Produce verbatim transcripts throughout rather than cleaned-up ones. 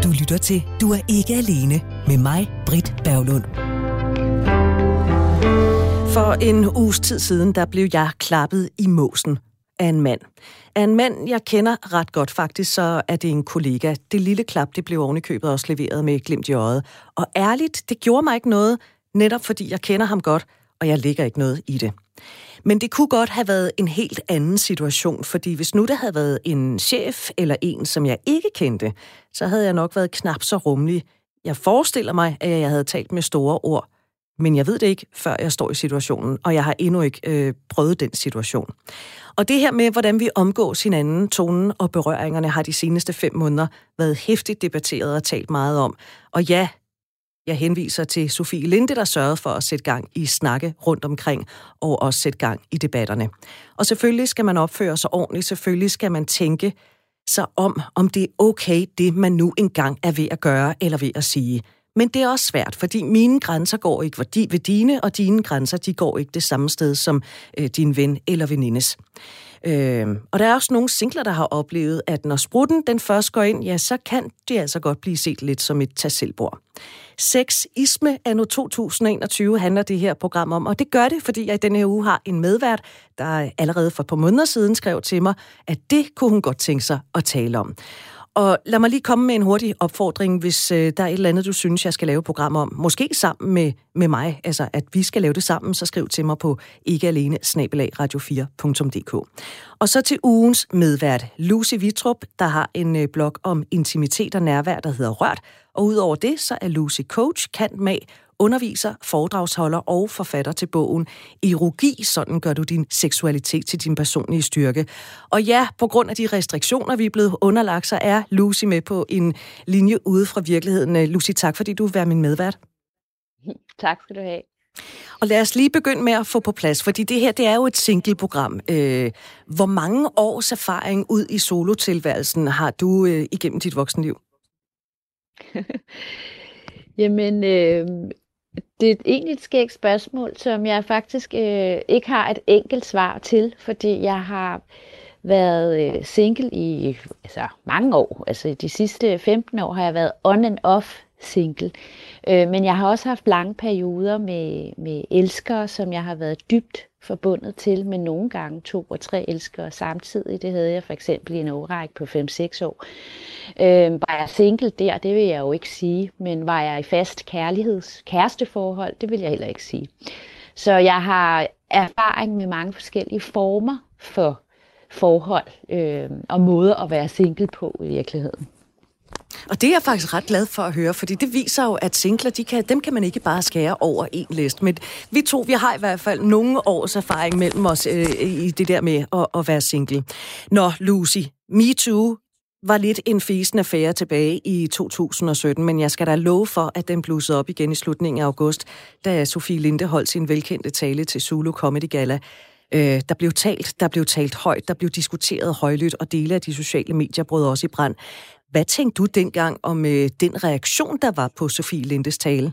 Du lytter til Du er ikke alene med mig, Britt Berglund. For en uges tid siden, der blev jeg klappet i måsen af en mand. Af en mand, jeg kender ret godt faktisk, så er det en kollega. Det lille klap, det blev ovenikøbet også leveret med glimt i øjet. Og ærligt, det gjorde mig ikke noget, netop fordi jeg kender ham godt, og jeg lægger ikke noget i det. Men det kunne godt have været en helt anden situation, fordi hvis nu der havde været en chef eller en, som jeg ikke kendte, så havde jeg nok været knap så rummelig. Jeg forestiller mig, at jeg havde talt med store ord, men jeg ved det ikke, før jeg står i situationen, og jeg har endnu ikke øh, prøvet den situation. Og det her med, hvordan vi omgås hinanden, tonen og berøringerne, har de seneste fem måneder været hæftigt debatteret og talt meget om. Og ja, jeg henviser til Sofie Linde, der sørgede for at sætte gang i snakke rundt omkring, og også sætte gang i debatterne. Og selvfølgelig skal man opføre sig ordentligt, selvfølgelig skal man tænke sig om, om det er okay, det man nu engang er ved at gøre eller ved at sige. Men det er også svært, fordi mine grænser går ikke ved dine, og dine grænser, de går ikke det samme sted som øh, din ven eller venindes. Øh, og der er også nogle singler, der har oplevet, at når sprutten den først går ind, ja, så kan det altså godt blive set lidt som et tag-selv-bord. Sexisme anno to tusind og enogtyve handler det her program om, og det gør det, fordi jeg i denne her uge har en medvært, der allerede for et par måneder siden skrev til mig, at det kunne hun godt tænke sig at tale om. Og lad mig lige komme med en hurtig opfordring, hvis øh, der er et eller andet, du synes, jeg skal lave et program om. Måske sammen med, med mig, altså at vi skal lave det sammen, så skriv til mig på ikkealene snabel-a radio fire punktum d k. Og så til ugens medvært, Lucy Vittrup, der har en øh, blog om intimitet og nærvær, der hedder Rørt. Og udover det, så er Lucy coach, cand.mag, underviser, foredragsholder og forfatter til bogen Erogi, sådan gør du din seksualitet til din personlige styrke. Og ja, på grund af de restriktioner, vi er blevet underlagt, så er Lucy med på en linje ude fra virkeligheden. Lucy, tak fordi du vil være min medvært. Tak skal du have. Og lad os lige begynde med at få på plads, fordi det her, det er jo et single-program. Øh, hvor mange års erfaring ud i solotilværelsen har du øh, igennem dit voksenliv? Jamen, øh, det er egentlig et skægt spørgsmål, som jeg faktisk øh, ikke har et enkelt svar til, fordi jeg har været øh, single i altså, mange år. Altså de sidste femten år har jeg været on and off single. Øh, men jeg har også haft lange perioder med, med elskere, som jeg har været dybt forbundet til, med nogle gange to og tre elskere samtidig. Det havde jeg for eksempel i en årrække på fem seks år. Øh, var jeg single der, det vil jeg jo ikke sige, men var jeg i fast kærligheds, kæresteforhold, det vil jeg heller ikke sige. Så jeg har erfaring med mange forskellige former for forhold øh, og måder at være single på i virkeligheden. Og det er jeg faktisk ret glad for at høre, fordi det viser jo, at singler, de kan, dem kan man ikke bare skære over en liste. Men vi to, vi har i hvert fald nogle års erfaring mellem os øh, i det der med at, at være single. Nå, Lucy, MeToo var lidt en fesen affære tilbage i to tusind og sytten, men jeg skal da love for, at den blussede op igen i slutningen af august, da Sofie Linde holdt sin velkendte tale til Zulu Comedy Gala. Øh, der blev talt, der blev talt højt, der blev diskuteret højlydt, og dele af de sociale medier brød også i brand. Hvad tænkte du dengang om øh, den reaktion, der var på Sofie Lindes tale?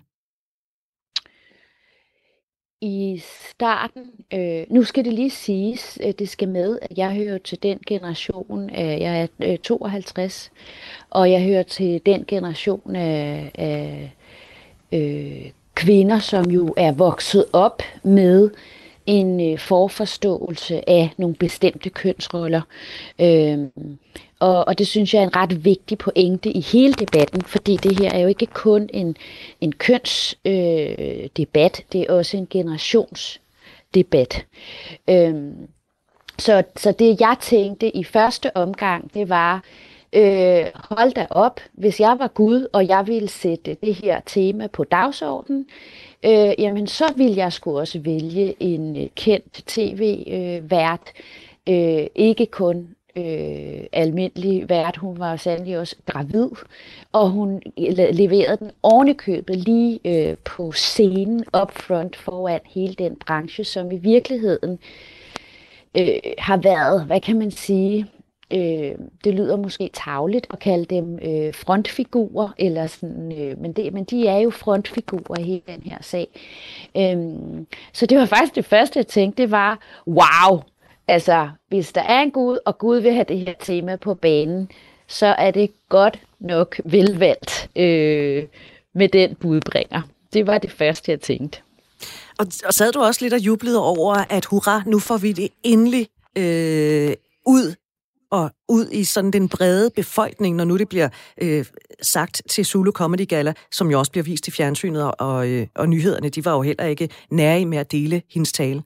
I starten, øh, nu skal det lige siges, det skal med, at jeg hører til den generation, øh, jeg er øh, tooghalvtreds, og jeg hører til den generation af, af øh, kvinder, som jo er vokset op med en øh, forforståelse af nogle bestemte kønsroller. Øh, og, og det synes jeg er en ret vigtig pointe i hele debatten, fordi det her er jo ikke kun en, en kønsdebat, øh, debat, det er også en generationsdebat. Øh, så, så det jeg tænkte i første omgang, det var, øh, hold da op, hvis jeg var Gud, og jeg ville sætte det her tema på dagsordenen, Øh, jamen så vil jeg sgu også vælge en øh, kendt tv-vært, øh, øh, ikke kun øh, almindelig vært, hun var sandelig også gravid, og hun leverede den ovenikøbet lige øh, på scenen upfront foran hele den branche, som i virkeligheden øh, har været, hvad kan man sige, Øh, det lyder måske tarveligt at kalde dem øh, frontfigurer, eller sådan, øh, men, det, men de er jo frontfigurer i hele den her sag. Øhm, så det var faktisk det første, jeg tænkte, det var, wow, altså hvis der er en Gud, og Gud vil have det her tema på banen, så er det godt nok velvalgt øh, med den budbringer. Det var det første, jeg tænkte. Og, og sad du også lidt og jublede over, at hurra, nu får vi det endelig øh, ud og ud i sådan den brede befolkning, når nu det bliver øh, sagt til Zulu Comedy Galla, som jo også bliver vist i fjernsynet, og, øh, og nyhederne, de var jo heller ikke nære med at dele hendes tale.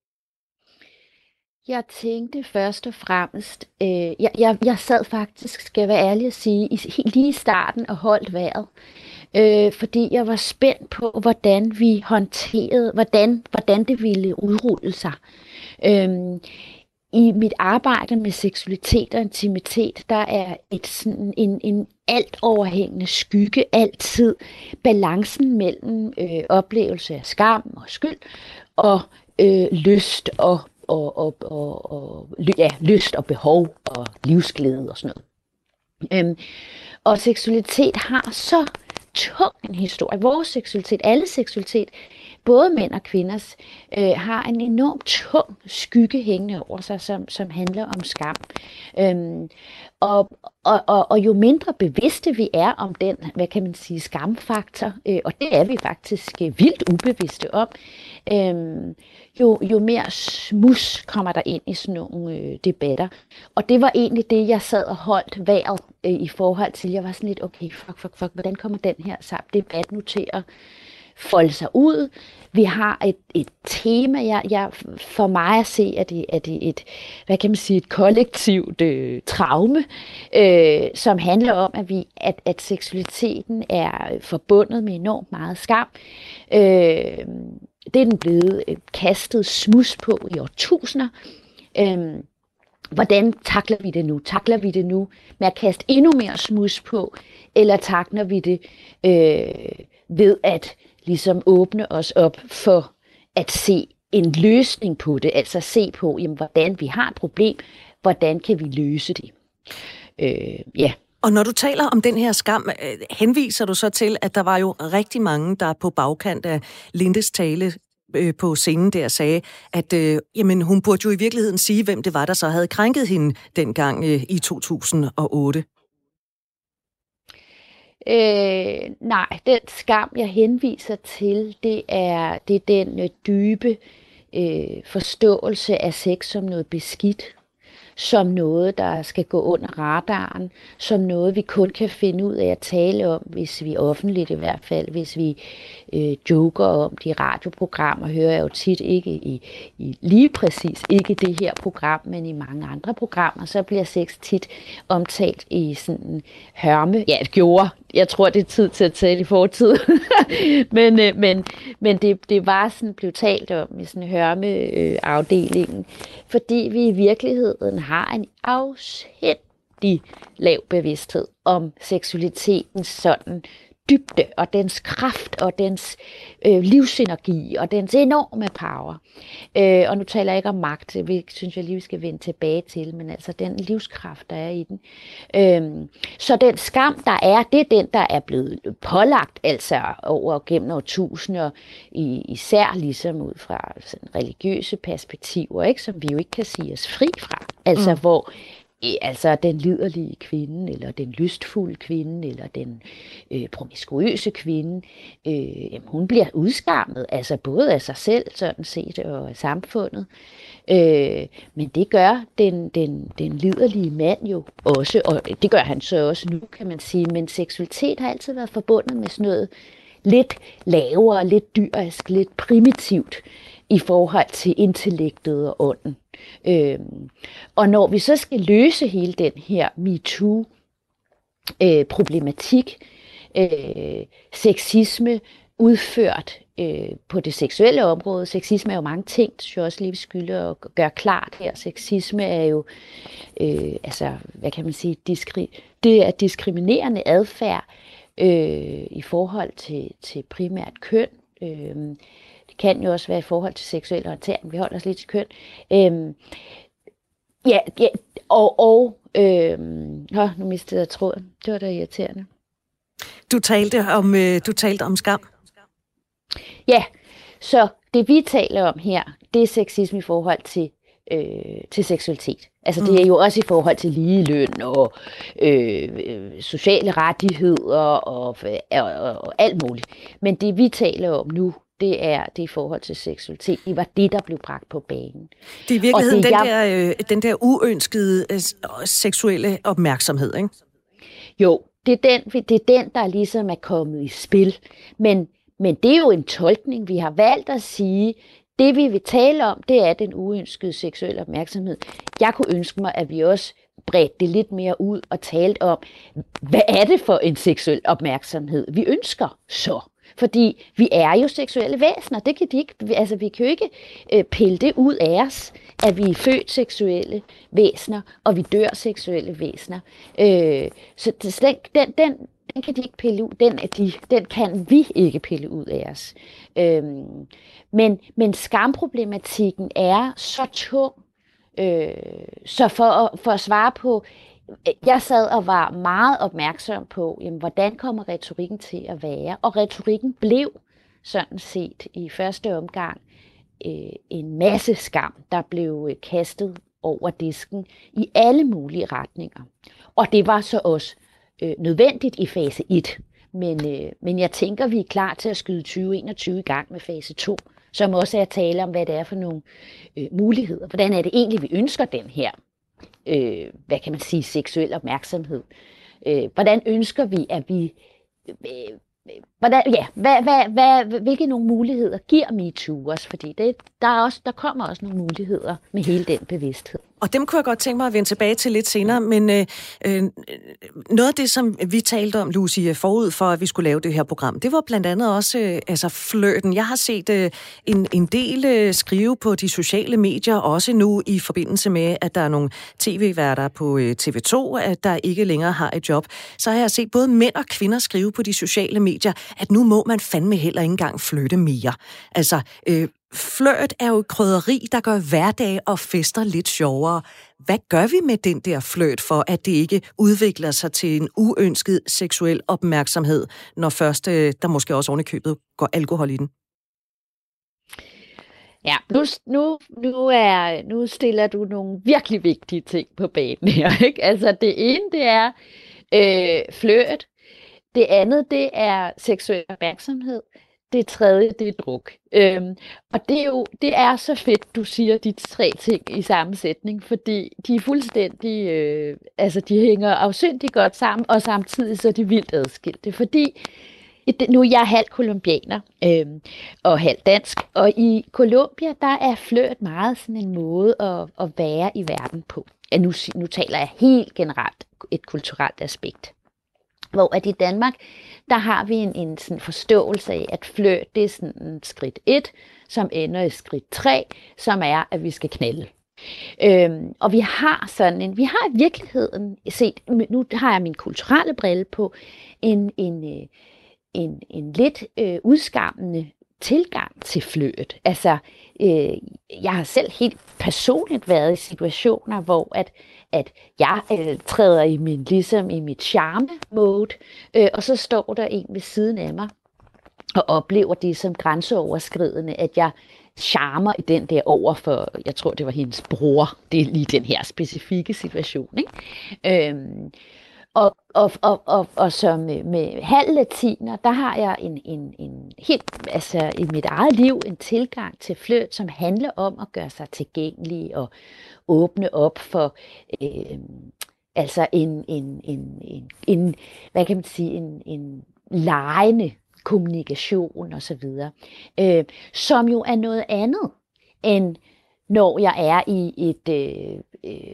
Jeg tænkte først og fremmest, øh, jeg, jeg, jeg sad faktisk, skal jeg være ærlig at sige, i, lige i starten og holdt vejret, øh, fordi jeg var spændt på, hvordan vi håndterede, hvordan, hvordan det ville udrulle sig. Øh, I mit arbejde med seksualitet og intimitet, der er et sådan en, en alt overhængende skygge altid balancen mellem øh, oplevelse af skam og skyld og øh, lyst og Og, og, og, og ja, lyst og behov og livsglæde og sådan noget. Øhm, og seksualitet har så tung en historie. Vores seksualitet, alle seksualitet, både mænd og kvinders, øh, har en enormt tung skygge hængende over sig, som, som handler om skam. Øhm, og, og, og, og jo mindre bevidste vi er om den, hvad kan man sige, skamfaktor, øh, og det er vi faktisk øh, vildt ubevidste om, øh, jo, jo mere smus kommer der ind i sådan nogle øh, debatter. Og det var egentlig det, jeg sad og holdt vejret øh, i forhold til. Jeg var sådan lidt, okay, fuck, fuck, fuck, hvordan kommer den her debat nu til at folde sig ud? Vi har et, et tema, jeg, jeg, for mig at se, at det, at det et, hvad kan man sige, et kollektivt øh, traume, øh, som handler om, at, vi, at, at seksualiteten er forbundet med enormt meget skam. Øh, det er den blevet øh, kastet smus på i årtusinder. Øh, hvordan takler vi det nu? Takler vi det nu med at kaste endnu mere smus på, eller takler vi det øh, ved at ligesom åbne os op for at se en løsning på det, altså se på, jamen, hvordan vi har et problem, hvordan kan vi løse det. Øh, ja. Og når du taler om den her skam, henviser du så til, at der var jo rigtig mange, der på bagkant af Lindes tale øh, på scenen der sagde, at øh, jamen, hun burde jo i virkeligheden sige, hvem det var, der så havde krænket hende dengang øh, i to tusind og otte. Øh, nej, den skam, jeg henviser til, det er, det er den øh, dybe øh, forståelse af sex som noget beskidt, som noget, der skal gå under radaren, som noget, vi kun kan finde ud af at tale om, hvis vi offentligt i hvert fald, hvis vi øh, joker om de radioprogrammer, hører jeg jo tit ikke i, i lige præcis ikke det her program, men i mange andre programmer, så bliver sex tit omtalt i sådan hørme. Ja, det gjorde. Jeg tror, det er tid til at tale i fortid. men øh, men, men det, det var sådan blevet talt om i sådan hørmeafdelingen, øh, fordi vi i virkeligheden har en afsindig lav bevidsthed om seksualitetens sådan dybde og dens kraft og dens øh, livsenergi og dens enorme power. Øh, og nu taler jeg ikke om magt, det synes jeg lige, vi skal vende tilbage til, men altså den livskraft, der er i den. Øh, så den skam, der er, det er den, der er blevet pålagt altså over gennem årtusinder, især ligesom ud fra sådan religiøse perspektiver, ikke, som vi jo ikke kan sige os fri fra. Altså mm. hvor altså den liderlige kvinde, eller den lystfulde kvinde, eller den øh, promiskuøse kvinde, øh, jamen, hun bliver udskammet, altså både af sig selv, sådan set, og af samfundet. Øh, men det gør den, den, den liderlige mand jo også, og det gør han så også nu, kan man sige, men seksualitet har altid været forbundet med sådan noget lidt lavere, lidt dyrisk, lidt primitivt i forhold til intellektet og ånden. Øhm, og når vi så skal løse hele den her MeToo-problematik, øh, øh, sexisme udført øh, på det seksuelle område, sexisme er jo mange ting, det synes jeg også lige skylder at gøre klart her. Sexisme er jo, øh, altså, hvad kan man sige, diskri- det er diskriminerende adfærd øh, i forhold til, til primært køn. Øh, Det kan jo også være i forhold til seksuel orientering. Vi holder os lidt til køn. Øhm, ja, ja, og, og øhm, åh, nu mistede jeg tråden. Det var da irriterende. Du talte om, øh, du talte om skam. Ja, så det vi taler om her, det er sexisme i forhold til, øh, til seksualitet. Altså det er jo også i forhold til ligeløn og øh, øh, sociale rettigheder og, og, og, og alt muligt. Men det vi taler om nu, det er det i forhold til seksualitet. Det var det, der blev bragt på banen. Det er i virkeligheden det, den, jeg... der, øh, den der uønskede øh, seksuelle opmærksomhed, ikke? Jo, det er, den, det er den, der ligesom er kommet i spil. Men, men det er jo en tolkning. Vi har valgt at sige, det vi vil tale om, det er den uønskede seksuelle opmærksomhed. Jeg kunne ønske mig, at vi også bredte det lidt mere ud og talte om, hvad er det for en seksuel opmærksomhed, vi ønsker så? Fordi vi er jo seksuelle væsener. Det kan de ikke, altså vi kan jo ikke øh, pille det ud af os, at vi er født seksuelle væsener, og vi dør seksuelle væsener. Øh, så den, den, den, den kan de ikke pille ud. Den, de, den kan vi ikke pille ud af os. Øh, men, men skamproblematikken er så tung, øh, så for at, for at svare på, jeg sad og var meget opmærksom på, jamen, hvordan kommer retorikken til at være. Og retorikken blev sådan set i første omgang øh, en masse skam, der blev øh, kastet over disken i alle mulige retninger. Og det var så også øh, nødvendigt i fase et. Men, øh, men jeg tænker, vi er klar til at skyde tyve enogtyve i gang med fase to, som også er at tale om, hvad det er for nogle øh, muligheder. Hvordan er det egentlig, vi ønsker den her? Øh, hvad kan man sige, seksuel opmærksomhed. Øh, hvordan ønsker vi, at vi... Øh, hvordan, ja, hvad, hvad, hvad, hvilke nogle muligheder giver MeToo os? Fordi det, der, er også, der kommer også nogle muligheder med hele den bevidsthed. Og dem kunne jeg godt tænke mig at vende tilbage til lidt senere, men øh, øh, noget af det, som vi talte om, Lucy, forud for, at vi skulle lave det her program, det var blandt andet også øh, altså flirten. Jeg har set øh, en, en del øh, skrive på de sociale medier, også nu i forbindelse med, at der er nogle tv-værter på øh, T V to, at der ikke længere har et job. Så har jeg set både mænd og kvinder skrive på de sociale medier, at nu må man fandme heller ikke engang flytte mere. Altså... Øh, Flirt er jo et krydderi, der gør hverdag og fester lidt sjovere. Hvad gør vi med den der flirt, for at det ikke udvikler sig til en uønsket seksuel opmærksomhed, når først der måske også oven i købet går alkohol i den? Ja, nu, nu, nu, er, nu stiller du nogle virkelig vigtige ting på banen her, ikke? Altså det ene, det er øh, flirt. Det andet, det er seksuel opmærksomhed. Det tredje, det er druk. Øhm, og det er jo det er så fedt, du siger de tre ting i samme sætning, fordi de er fuldstændig, øh, altså de hænger afsindigt godt sammen, og samtidig så er de vildt adskilte. Fordi nu er jeg halv colombianer øh, og halv dansk, og i Colombia, der er flirt meget sådan en måde at, at være i verden på. Ja, nu, nu taler jeg helt generelt et kulturelt aspekt. Hvor at i Danmark, der har vi en, en sådan forståelse af, at flirt, det er sådan skridt et, som ender i skridt tre, som er, at vi skal knalde. Øhm, og vi har sådan en, vi har i virkeligheden set, nu har jeg min kulturelle brille på, en, en, en, en lidt øh, udskammende tilgang til flirt. Altså, øh, jeg har selv helt personligt været i situationer, hvor at, at jeg øh, træder i min, ligesom i mit charme-mode, øh, og så står der en ved siden af mig, og oplever det som grænseoverskridende, at jeg charmer i den der over for, jeg tror det var hendes bror, det er lige den her specifikke situation, ikke? Øhm, Og, og, og, og, og som med halv latiner, der har jeg en, en, en helt, altså i mit eget liv en tilgang til flirt, som handler om at gøre sig tilgængelig og åbne op for øh, altså en, en, en, en, en, hvad kan man sige, en, en legende kommunikation og så videre, øh, som jo er noget andet end når jeg er i et øh, øh,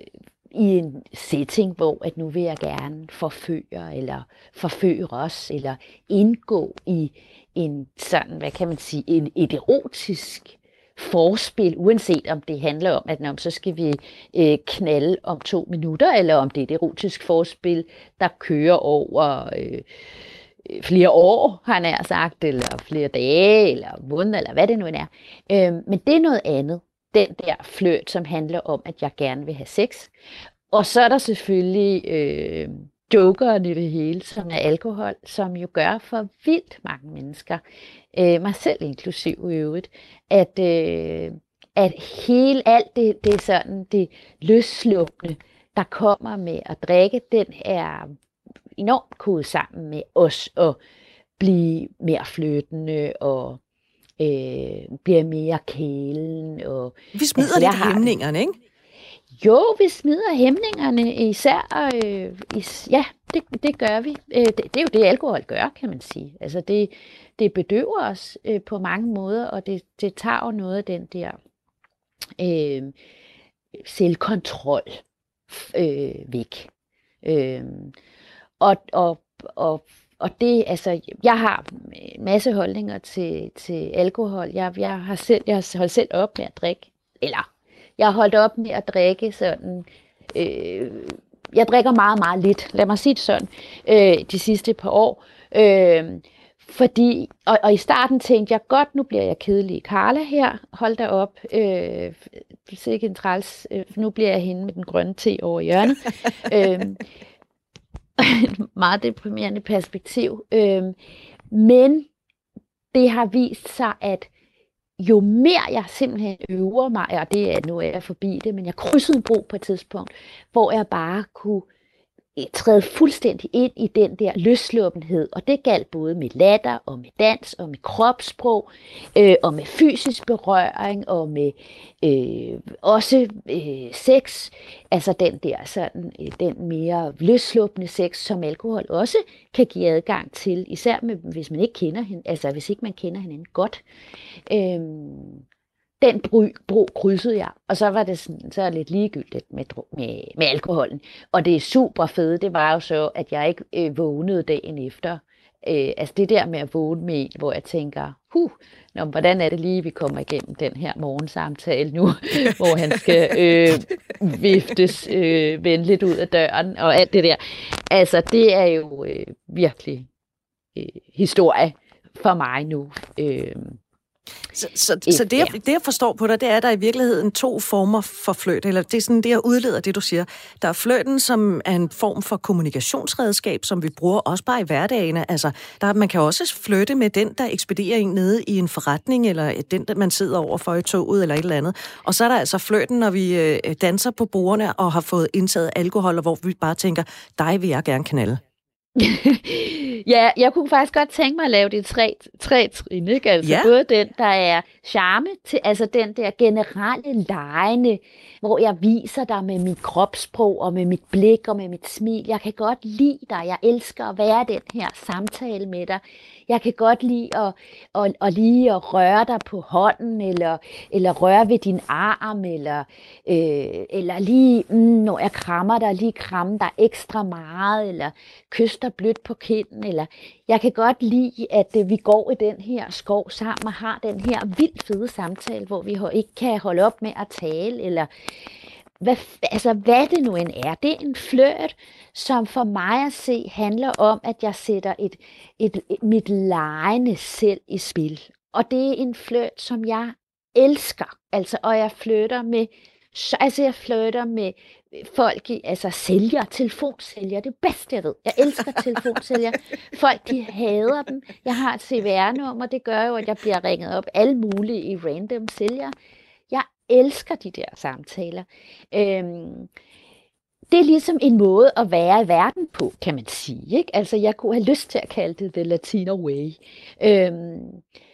i en setting, hvor at nu vil jeg gerne forføre, eller forføre os, eller indgå i en sådan, hvad kan man sige, en, et erotisk forspil, uanset om det handler om, at når, så skal vi øh, knalde om to minutter, eller om det er et erotisk forspil, der kører over øh, flere år, har han nær sagt, eller flere dage, eller måneder, eller hvad det nu er. Øh, men det er noget andet. Den der flirt, som handler om, at jeg gerne vil have sex. Og så er der selvfølgelig øh, jokeren i det hele, som er alkohol, som jo gør for vildt mange mennesker, øh, mig selv inklusiv i øvrigt, at, øh, at hele alt det, det er sådan, det løsslupne, der kommer med at drikke, den er enormt kodet sammen med os og blive mere flyttende og øh, bliver mere kælen. Og, Vi smider altså, lidt jeg har hæmningerne, ikke? Jo, vi smider hæmningerne især. Øh, is, ja, det, det gør vi. Øh, det, det er jo det, alkohol gør, kan man sige. Altså det, det bedøver os øh, på mange måder, og det, det tager jo noget af den der øh, selvkontrol øh, væk. Øh, og, og, og, og det, altså, jeg har en masse holdninger til, til alkohol. Jeg, jeg har selv, jeg har holdt selv op med at drikke, eller jeg har holdt op med at drikke sådan, øh, jeg drikker meget, meget lidt, lad mig sige det sådan, øh, de sidste par år. Øh, fordi, og, og i starten tænkte jeg, godt, nu bliver jeg kedelig Carla her, hold da op, øh, sikke en træls, øh, nu bliver jeg hende med den grønne te over hjørnet. øh, meget deprimerende perspektiv. Øh, men det har vist sig, at jo mere jeg simpelthen øver mig, og det er, nu er jeg forbi det, men jeg krydsede en bro på et tidspunkt, hvor jeg bare kunne træde fuldstændig ind i den der løsluppenhed, og det galt både med latter, og med dans, og med kropssprog, øh, og med fysisk berøring, og med øh, også øh, sex, altså den der sådan, øh, den mere løsluppende sex, som alkohol også kan give adgang til, især med, hvis man ikke kender hende, altså hvis ikke man kender hinanden godt. Øh, Den bro, bro krydsede jeg, og så var det sådan, så lidt ligegyldigt med, med, med alkoholen. Og det super fede, det var jo så, at jeg ikke øh, vågnede dagen efter. Øh, altså det der med at vågne med en, hvor jeg tænker, huh, nå, hvordan er det lige, vi kommer igennem den her morgensamtale nu, hvor han skal øh, viftes øh, venligt ud af døren og alt det der. Altså det er jo øh, virkelig øh, historie for mig nu. Øh, Så, så, så det, jeg, det, jeg forstår på dig, det er, at der i virkeligheden to former for flirt, eller det er sådan det, jeg udleder det, du siger. Der er flirten, som er en form for kommunikationsredskab, som vi bruger også bare i hverdagen. Altså, der, man kan også flirte med den, der ekspederer en nede i en forretning, eller den, der man sidder over for i toget, eller et eller andet. Og så er der altså flirten, når vi øh, danser på bordene og har fået indtaget alkohol, og hvor vi bare tænker, dig vil jeg gerne knalde. Ja, jeg kunne faktisk godt tænke mig at lave det tre, tre trin, ikke? Altså ja. Både den, der er charme, til, altså den der generelle legende, hvor jeg viser dig med mit kropssprog, og med mit blik, og med mit smil. Jeg kan godt lide dig, jeg elsker at være den her samtale med dig. Jeg kan godt lide at, at, at lige at røre dig på hånden, eller, eller røre ved din arm, eller, øh, eller lige, mm, når jeg krammer dig, lige kramme dig ekstra meget, eller kysse dig blødt på kinden, eller jeg kan godt lide, at øh, vi går i den her skov sammen og har den her vildt fede samtale, hvor vi ikke kan holde op med at tale, eller hvad, altså, hvad det nu end er. Det er en flirt, som for mig at se handler om, at jeg sætter et, et, et, mit legende selv i spil. Og det er en flirt, som jeg elsker. Altså, og jeg flirter med, altså jeg flirter med folk, altså sælger, telefonsælger, det bedste jeg ved. Jeg elsker telefonsælger. Folk, de hader dem. Jeg har et C V R-nummer, det gør jo, at jeg bliver ringet op alle mulige i random sælger. Jeg elsker de der samtaler. Øhm, det er ligesom en måde at være i verden på, kan man sige. Ikke? Altså, jeg kunne have lyst til at kalde det the Latino way. Øhm,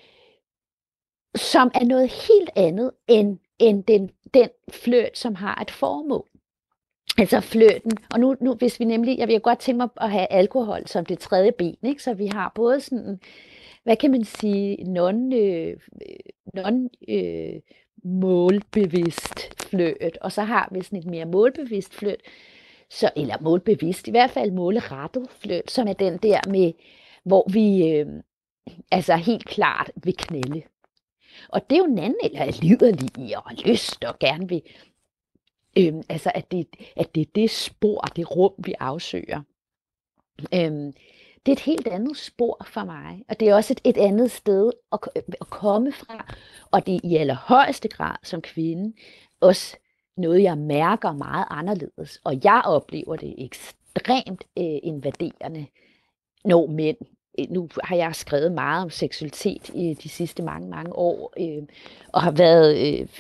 som er noget helt andet end, end den, den flirt, som har et formål. Altså flirten. Og nu, nu, hvis vi nemlig, jeg vil godt tænke mig at have alkohol som det tredje ben, ikke? Så vi har både sådan, hvad kan man sige, non, øh, non øh, målbevidst flirt, og så har vi sådan et mere målbevidst flirt, så, eller målbevidst, i hvert fald målrettet flirt, som er den der med, hvor vi øh, altså helt klart vil knælde. Og det er jo en anden, eller er liderlig og lyst og gerne vil, øhm, altså at det, at det er det spor, det rum, vi afsøger. Øhm, det er et helt andet spor for mig, og det er også et, et andet sted at, at komme fra, og det er i allerhøjeste grad som kvinde også noget, jeg mærker meget anderledes, og jeg oplever det ekstremt øh, invaderende, når mænd. Nu har jeg skrevet meget om seksualitet i de sidste mange, mange år, øh, og har været øh,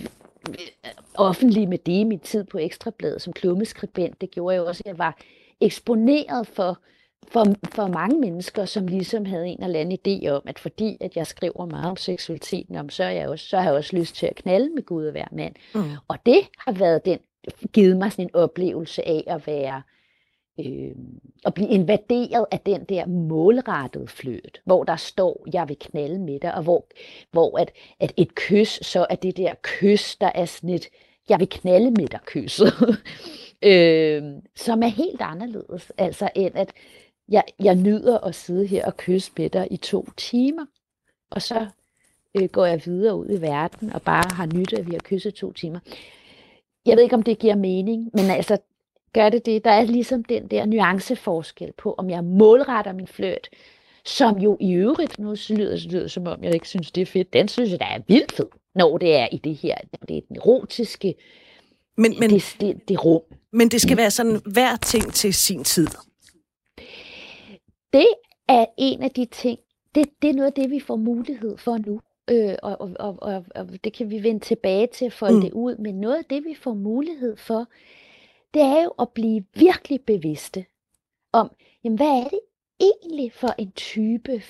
offentlig med det i min tid på Ekstrabladet som klummeskribent. Det gjorde jeg også, at jeg var eksponeret for, for, for mange mennesker, som ligesom havde en eller anden idé om, at fordi at jeg skriver meget om seksualiteten, så, er jeg også, så har jeg også lyst til at knalde med Gud og hver mand. Mm. Og det har været den, givet mig sådan en oplevelse af at være øh, at blive invaderet af den der målrettede flirt, hvor der står, jeg vil knalde med dig, og hvor, hvor at, at et kys, så er det der kys, der er sådan et, jeg vil knalde med dig kysset, øh, som er helt anderledes, altså end at jeg, jeg nyder at sidde her og kysse med dig i to timer, og så øh, går jeg videre ud i verden, og bare har nytte af, at vi har kysset to timer. Jeg ved ikke, om det giver mening, men altså, gør det det. Der er ligesom den der nuanceforskel på, om jeg målretter min flirt, som jo i øvrigt, nu lyder det lyder, som om jeg ikke synes, det er fedt. Den synes jeg, der er vildt fed, når det er i det her, det er den erotiske, men, men, det, det, det rum. Men det skal være sådan, hver ting til sin tid. Det er en af de ting, det, det er noget af det, vi får mulighed for nu. Øh, og, og, og, og, og det kan vi vende tilbage til at folde mm. det ud. Men noget af det, vi får mulighed for, det er jo at blive virkelig bevidste om, jamen, hvad er det egentlig for en type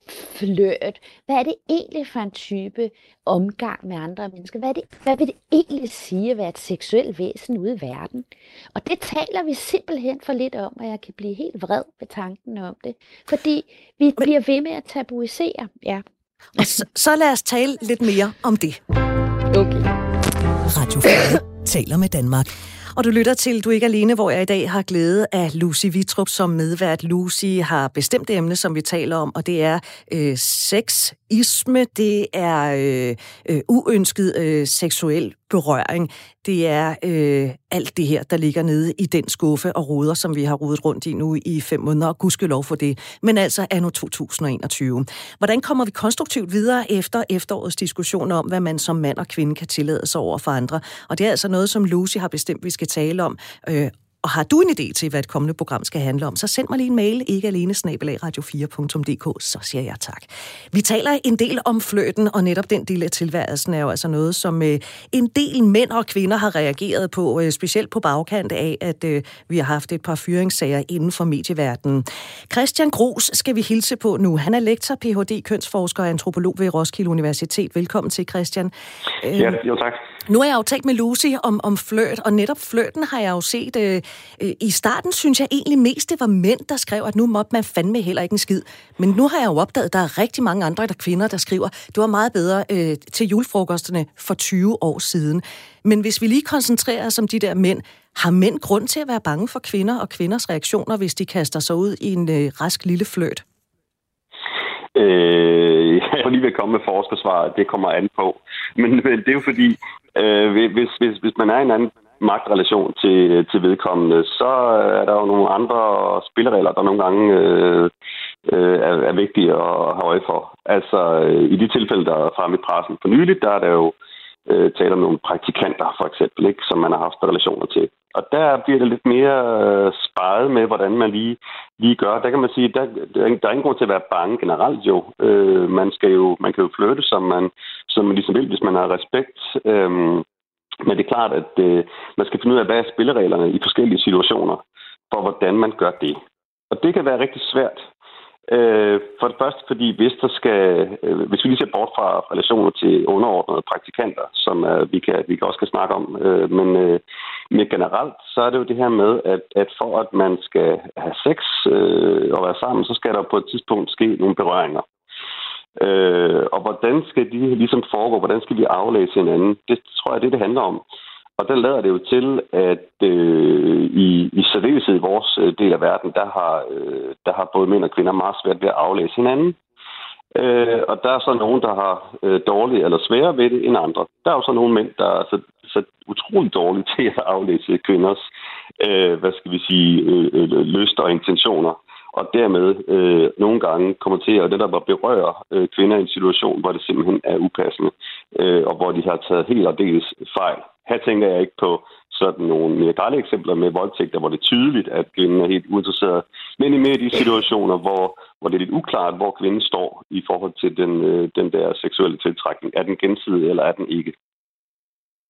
flirt? Hvad er det egentlig for en type omgang med andre mennesker? Hvad, er det, hvad vil det egentlig sige at være et seksuelt væsen ude i verden? Og det taler vi simpelthen for lidt om, og jeg kan blive helt vred ved tanken om det. Fordi vi Men... bliver ved med at tabuisere. Ja. Og så, så lad os tale lidt mere om det. Okay. Radio fire taler med Danmark. Og du lytter til Du er ikke alene, hvor jeg i dag har glæde af Lucy Vittrup som medvært. Lucy har bestemt det emne, som vi taler om, og det er øh, sexisme, det er øh, øh, uønsket øh, seksuel berøring. Det er øh, alt det her, der ligger nede i den skuffe og ruder, som vi har rodet rundt i nu i fem måneder, og gudskelov for det. Men altså anno to tusind og enogtyve. Hvordan kommer vi konstruktivt videre efter efterårets diskussion om, hvad man som mand og kvinde kan tillade sig over for andre? Og det er altså noget, som Lucy har bestemt, vi skal tale om. Øh, Og har du en idé til, hvad et kommende program skal handle om, så send mig lige en mail, ikke alene snabel-a radio fire punktum d k, så siger jeg tak. Vi taler en del om flirten, og netop den del af tilværelsen er jo altså noget, som øh, en del mænd og kvinder har reageret på, øh, specielt på bagkant af, at øh, vi har haft et par fyringssager inden for medieverdenen. Christian Grus skal vi hilse på nu. Han er lektor, P H D, kønsforsker og antropolog ved Roskilde Universitet. Velkommen til, Christian. Øh, ja, jo tak. Nu har jeg jo talt med Lucy om, om flirt, og netop flirten har jeg jo set... Øh, I starten synes jeg egentlig mest, det var mænd, der skrev, at nu måtte man fandme heller ikke en skid. Men nu har jeg jo opdaget, at der er rigtig mange andre der kvinder, der skriver, det var meget bedre øh, til julefrokosterne for tyve år siden. Men hvis vi lige koncentrerer os om de der mænd, har mænd grund til at være bange for kvinder og kvinders reaktioner, hvis de kaster sig ud i en øh, rask lille flirt? Øh, jeg var lige ved at komme med forskersvar, det kommer an på. Men, men det er jo fordi, øh, hvis, hvis, hvis man er i en anden magtrelation til, til vedkommende, så er der jo nogle andre spilleregler, der nogle gange øh, øh, er, er vigtige at have øje for. Altså, i de tilfælde, der er fremme i pressen for nyligt, der er der jo øh, tale om nogle praktikanter, for eksempel, ikke, som man har haft relationer til. Og der bliver det lidt mere øh, sparet med, hvordan man lige, lige gør. Der kan man sige, der, der, der er ingen grund til at være bange generelt jo. Øh, man, skal jo man kan jo flirte, som man, som man ligesom vil, hvis man har respekt. Øh, Men det er klart, at øh, man skal finde ud af, hvad er spillereglerne i forskellige situationer, for hvordan man gør det. Og det kan være rigtig svært. Øh, for det første, fordi hvis der skal, øh, hvis vi lige ser bort fra relationer til underordnede praktikanter, som øh, vi, kan, vi kan også kan snakke om, øh, men, øh, men generelt, så er det jo det her med, at, at for at man skal have sex øh, og være sammen, så skal der på et tidspunkt ske nogle berøringer. Øh, og hvordan skal de ligesom foregå? Hvordan skal vi aflæse hinanden? Det tror jeg, det det handler om. Og der lader det jo til, at øh, i, i særdeleshed i vores del af verden, der har, øh, der har både mænd og kvinder meget svært ved at aflæse hinanden. Øh, og der er så nogen, der har øh, dårlige eller svære ved det end andre. Der er jo så nogle mænd, der er så, så utroligt dårlige til at aflæse kvinders, øh, hvad skal vi sige, øh, øh, lyster og intentioner. Og dermed øh, nogle gange kommer til at netop at berøre øh, kvinder i en situation, hvor det simpelthen er upassende, øh, og hvor de har taget helt og dels fejl. Her tænker jeg ikke på sådan nogle mere grelle eksempler med voldtægter, hvor det er tydeligt, at kvinden er helt uinteresseret, men i mere de situationer, hvor, hvor det er lidt uklart, hvor kvinden står i forhold til den, øh, den der seksuelle tiltrækning. Er den gensidig, eller er den ikke?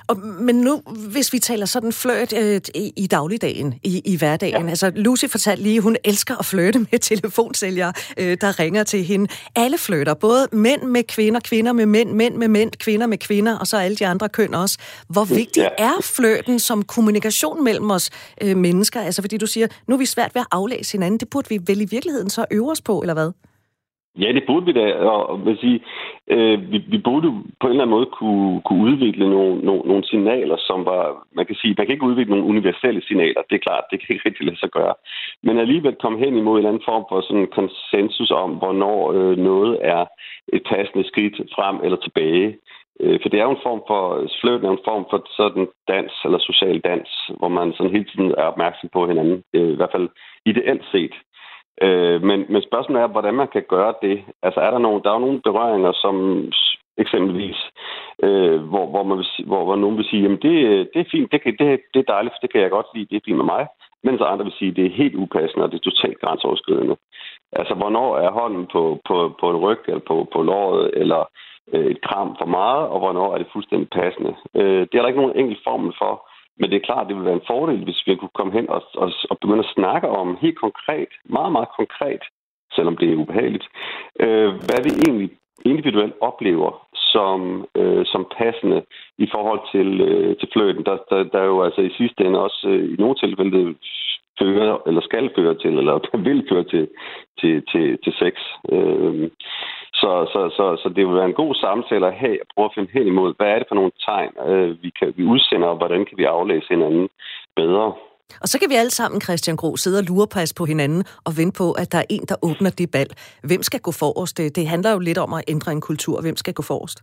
Og, men nu, hvis vi taler sådan flirt øh, i, i dagligdagen, i, i hverdagen, ja. Altså Lucy fortalte lige, hun elsker at flirte med telefonsælgere, øh, der ringer til hende. Alle flirter, både mænd med kvinder, kvinder med mænd, mænd med mænd, kvinder med kvinder, og så alle de andre køn også. Hvor vigtig ja. er flirten som kommunikation mellem os øh, mennesker? Altså fordi du siger, nu er vi svært ved at aflæse hinanden, det burde vi vel i virkeligheden så øve os på, eller hvad? Ja, det burde vi da, og vil sige, øh, vi, vi burde på en eller anden måde kunne, kunne udvikle nogle, nogle, nogle signaler, som var, man kan sige, man kan ikke udvikle nogle universelle signaler, det er klart, det kan ikke rigtig lade sig gøre, men alligevel komme hen imod en eller anden form for sådan en konsensus om, hvornår øh, noget er et passende skridt frem eller tilbage. Øh, for det er jo en form for, flirten er en form for sådan dans eller social dans, hvor man sådan hele tiden er opmærksom på hinanden, øh, i hvert fald ideelt set. Øh, men, men spørgsmålet er, hvordan man kan gøre det. Altså er der nogle, der er jo nogle berøringer, som eksempelvis, øh, hvor, hvor, man vil, hvor, hvor nogen vil sige, jamen det, det er fint, det, kan, det, det er dejligt, det kan jeg godt lide, det er fint med mig. Mens andre vil sige, det er helt upassende, og det er totalt grænseoverskridende. Altså hvornår er hånden på, på, på en ryg, eller på, på låret, eller øh, et kram for meget, og hvornår er det fuldstændig passende. Øh, det er der ikke nogen enkelt formel for. Men det er klart, det ville være en fordel, hvis vi kunne komme hen og, og, og begynde at snakke om helt konkret, meget, meget konkret, selvom det er ubehageligt, øh, hvad vi egentlig individuelt oplever som, øh, som passende i forhold til, øh, til flirten. Der, der, der er jo altså i sidste ende også øh, i nogle tilfælde fører, eller skal føre til, eller vil føre til, til, til, til sex. Øh, Så, så, så, så det vil være en god samtale at have, at prøve at finde hen imod, hvad er det for nogle tegn, øh, vi, kan, vi udsender, og hvordan kan vi aflæse hinanden bedre. Og så kan vi alle sammen, Christian Gro, sidde og lurepasse på hinanden og vente på, at der er en, der åbner det bal. Hvem skal gå forrest? Det, det handler jo lidt om at ændre en kultur. Hvem skal gå forrest?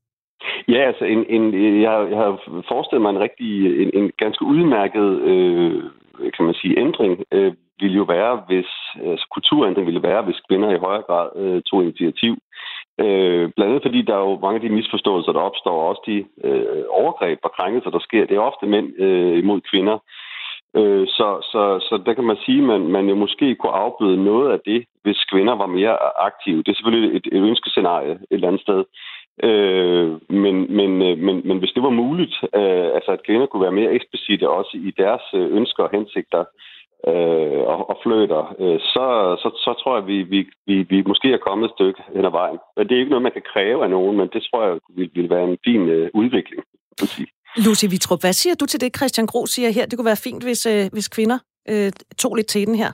Ja, altså en, en, jeg, jeg har forestillet mig en rigtig, en, en ganske udmærket, øh, kan man sige, ændring, øh, ville jo være, hvis altså, kulturændring ville være, hvis kvinder i højere grad øh, tog initiativ. Øh, blandt andet fordi der er jo mange af de misforståelser, der opstår, og også de øh, overgreb og krænkelser, der sker. Det er ofte mænd øh, imod kvinder. Øh, så, så, så der kan man sige, at man, man jo måske kunne afbøde noget af det, hvis kvinder var mere aktive. Det er selvfølgelig et, et ønskescenarie et eller andet sted. Øh, men, men, men, men hvis det var muligt, øh, altså at kvinder kunne være mere eksplicite også i deres ønsker og hensigter, Øh, og, og flirter, øh, så, så, så tror jeg, vi, vi, vi, vi måske er kommet et stykke hen ad vejen. Men det er ikke noget, man kan kræve af nogen, men det tror jeg vil, vil være en fin øh, udvikling. Lucy Wittrup, hvad siger du til det, Christian Gro siger her? Det kunne være fint, hvis, øh, hvis kvinder øh, tog lidt til den her.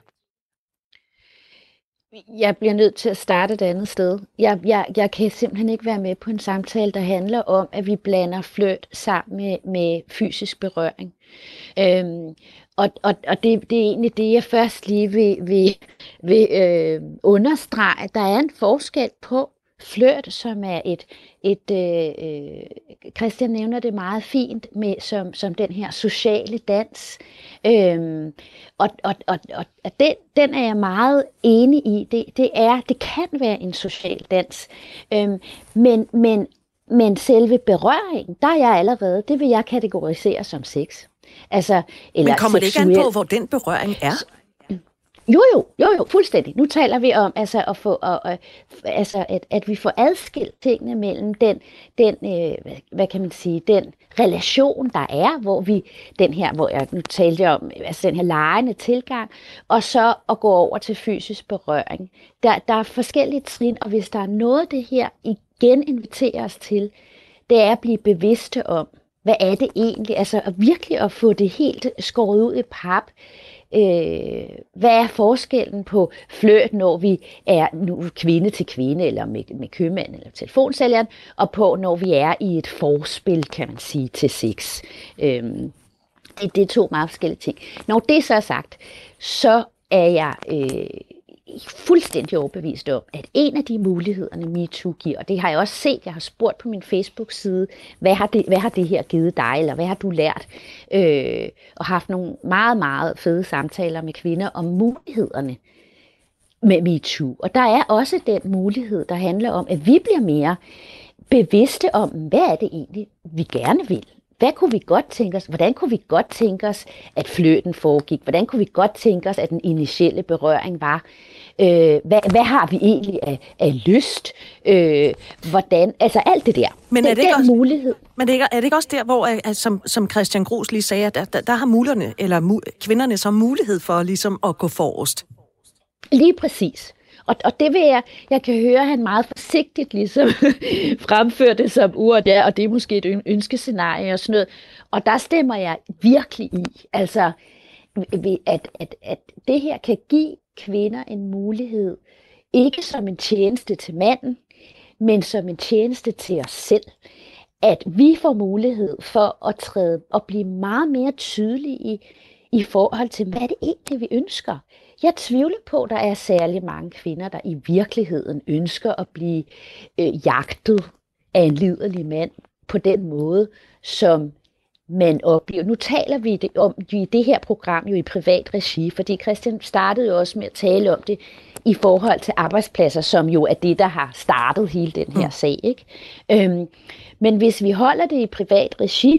Jeg bliver nødt til at starte et andet sted. Jeg, jeg, jeg kan simpelthen ikke være med på en samtale, der handler om, at vi blander flirt sammen med, med fysisk berøring. Øhm, og og, og det, det er egentlig det, jeg først lige vil, vil, vil øh, understrege. Der er en forskel på flirt, som er et, et øh, Christian nævner det meget fint, med, som, som den her sociale dans. Øhm, og og, og, og den, den er jeg meget enig i. Det, det, er, det kan være en social dans. Øhm, men, men, men selve berøringen, der er jeg allerede, det vil jeg kategorisere som sex. Altså, eller men kommer seksuel... det ikke an på, hvor den berøring er? Jo, jo, jo, jo, fuldstændig. Nu taler vi om, altså, at, få, og, og, altså at, at vi får adskilt tingene mellem den, den øh, hvad, hvad kan man sige, den relation, der er, hvor vi, den her, hvor jeg nu talte om, altså den her legende tilgang, og så at gå over til fysisk berøring. Der, der er forskellige trin, og hvis der er noget, det her igen inviterer os til, det er at blive bevidste om, hvad er det egentlig, altså at virkelig at få det helt skåret ud i pap. Øh, hvad er forskellen på flirt, når vi er nu kvinde til kvinde, eller med, med købmanden eller telefonsælgeren, og på, når vi er i et forspil, kan man sige, til sex. Øh, det, det er to meget forskellige ting. Når det så er sagt, så er jeg øh, fuldstændig overbevist om, at en af de mulighederne MeToo giver, og det har jeg også set, jeg har spurgt på min Facebook-side, hvad har det, hvad har det her givet dig, eller hvad har du lært, øh, og haft nogle meget, meget fede samtaler med kvinder om mulighederne med MeToo. Og der er også den mulighed, der handler om, at vi bliver mere bevidste om, hvad er det egentlig, vi gerne vil. hvad kunne vi godt tænke os? Hvordan kunne vi godt tænke os, at flirten foregik? Hvordan kunne vi godt tænke os, at den initielle berøring var? Øh, hvad, hvad har vi egentlig af, af lyst? Øh, hvordan? Altså alt det der. Men er det, det ikke også, mulighed. Men er det, ikke, er det ikke også der, hvor, at, som, som Christian Gros lige sagde, at der, der, der har muligerne, eller mu, kvinderne så mulighed for ligesom at gå forrest? Lige præcis. Og, og det vil jeg, jeg kan høre, at han meget forsigtigt ligesom fremfører det som ord der, og det er måske et ønskescenarie og sådan noget. Og der stemmer jeg virkelig i, altså, at, at, at det her kan give kvinder en mulighed, ikke som en tjeneste til manden, men som en tjeneste til os selv. At vi får mulighed for at træde og blive meget mere tydelige i, i forhold til, hvad det egentlig vi ønsker. Jeg tvivler på, at der er særlig mange kvinder, der i virkeligheden ønsker at blive øh, jagtet af en liderlig mand på den måde, som man oplever. Nu taler vi det om i det her program jo i privat regi, fordi Christian startede jo også med at tale om det i forhold til arbejdspladser, som jo er det, der har startet hele den her sag, ikke? Øhm, men hvis vi holder det i privat regi,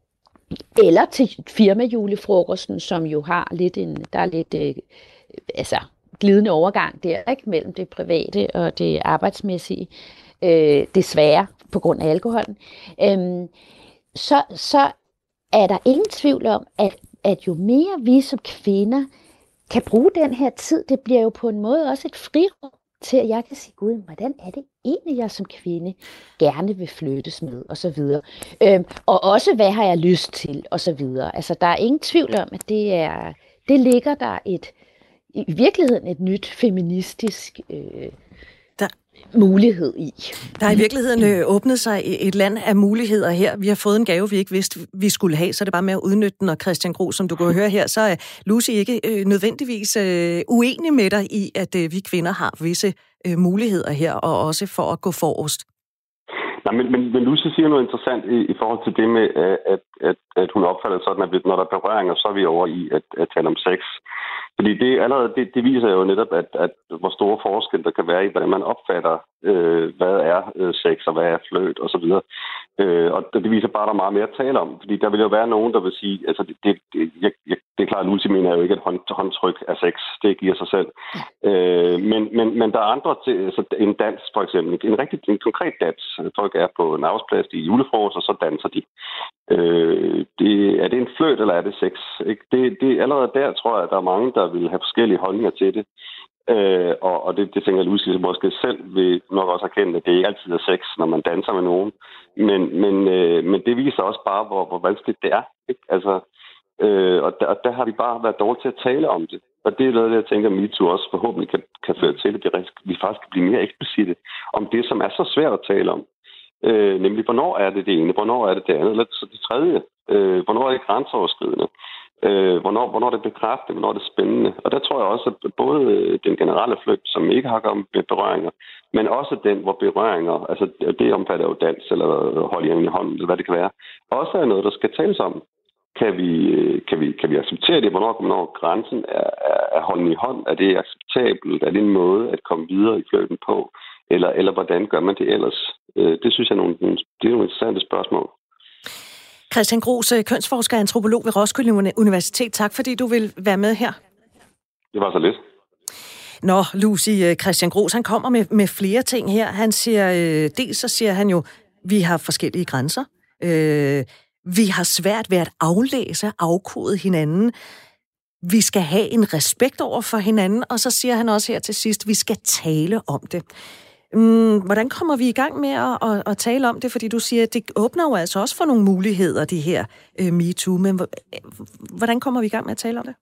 eller til firmajulefrokosten, som jo har lidt en, der er lidt øh, altså glidende overgang der, ikke, mellem det private og det arbejdsmæssige, øh, desværre på grund af alkoholen, øh, så, så er der ingen tvivl om, at, at jo mere vi som kvinder kan bruge den her tid, det bliver jo på en måde også et frirum til, at jeg kan sige, gud, hvordan er det egentlig, jeg som kvinde gerne vil flyttes med, og så videre. Øhm, og også, hvad har jeg lyst til, og så videre. Altså, der er ingen tvivl om, at det er, det ligger der et, i virkeligheden et nyt feministisk øh, der, mulighed i. Der er i virkeligheden øh, åbnet sig et land af muligheder her. Vi har fået en gave, vi ikke vidste, vi skulle have, så er det bare med at udnytte den. Og Christian Gros, som du kan høre her, så er Lucy ikke øh, nødvendigvis øh, uenig med dig i, at øh, vi kvinder har visse øh, muligheder her, og også for at gå forrest. Nej, men, men, men Lucy siger noget interessant i, i forhold til det med, at, at, at hun opfatter sådan, at når der er berøringer, så er vi over i at, at tale om sex. Fordi det, allerede, det, det viser jo netop, at, at hvor store forskel der kan være i, hvordan man opfatter, øh, hvad er øh, sex, og hvad er flirt, og så videre. Øh, og det viser bare, at der er meget mere at tale om. Fordi der vil jo være nogen, der vil sige, altså det, det, det, jeg, jeg, det er klart, at Lucy mener jo ikke, at hånd, håndtryk er sex. Det giver sig selv. Øh, men, men, men der er andre til, altså en dans for eksempel. En rigtig en konkret dans. Folk er på en arbejdsplads i julefrokost, og så danser de. Øh, det, er det en flirt, eller er det sex? Ikke? Det, det, allerede der tror jeg, at der er mange, der vil have forskellige holdninger til det. Øh, og, og det, det tænker jeg, Lucy måske selv vil nok også erkende, at det ikke altid er sex, når man danser med nogen. Men, men, øh, men det viser også bare, hvor, hvor vanskeligt det er. Ikke? Altså, øh, og, der, og der har vi bare været dårlige til at tale om det. Og det er noget, jeg tænker, at MeToo også forhåbentlig kan, kan føre til, at vi faktisk kan blive mere eksplicite om det, som er så svært at tale om. Øh, nemlig, hvornår er det det ene, hvornår er det det andet, eller så det tredje. Øh, hvornår er det grænseoverskridende? Øh, hvornår, hvornår er det bekræftende, hvornår er det spændende? Og der tror jeg også, at både den generelle flirt, som ikke har gjort med berøringer, men også den, hvor berøringer, altså det omfatter jo dans, eller hold i hånden, eller hvad det kan være, også er noget, der skal tales om. Kan vi, kan vi, kan vi acceptere det? Hvornår, hvornår grænsen er, er, er hånden i hånd? Er det acceptabelt? Er det en måde at komme videre i flirten på? Eller, eller hvordan gør man det ellers? Det synes jeg er nogle, det er nogle interessante spørgsmål. Christian Gros, kønsforsker og antropolog ved Roskilde Universitet. Tak, fordi du vil være med her. Det var så lidt. Nå, Lucy, Christian Gros, han kommer med, med flere ting her. Han siger, øh, dels så siger han jo, vi har forskellige grænser. Øh, vi har svært ved at aflæse, afkode hinanden. Vi skal have en respekt over for hinanden. Og så siger han også her til sidst, vi skal tale om det. Mm, hvordan kommer vi i gang med at, at, at tale om det? Fordi du siger, at det åbner jo altså også for nogle muligheder, de her uh, MeToo. Men hvordan kommer vi i gang med at tale om det?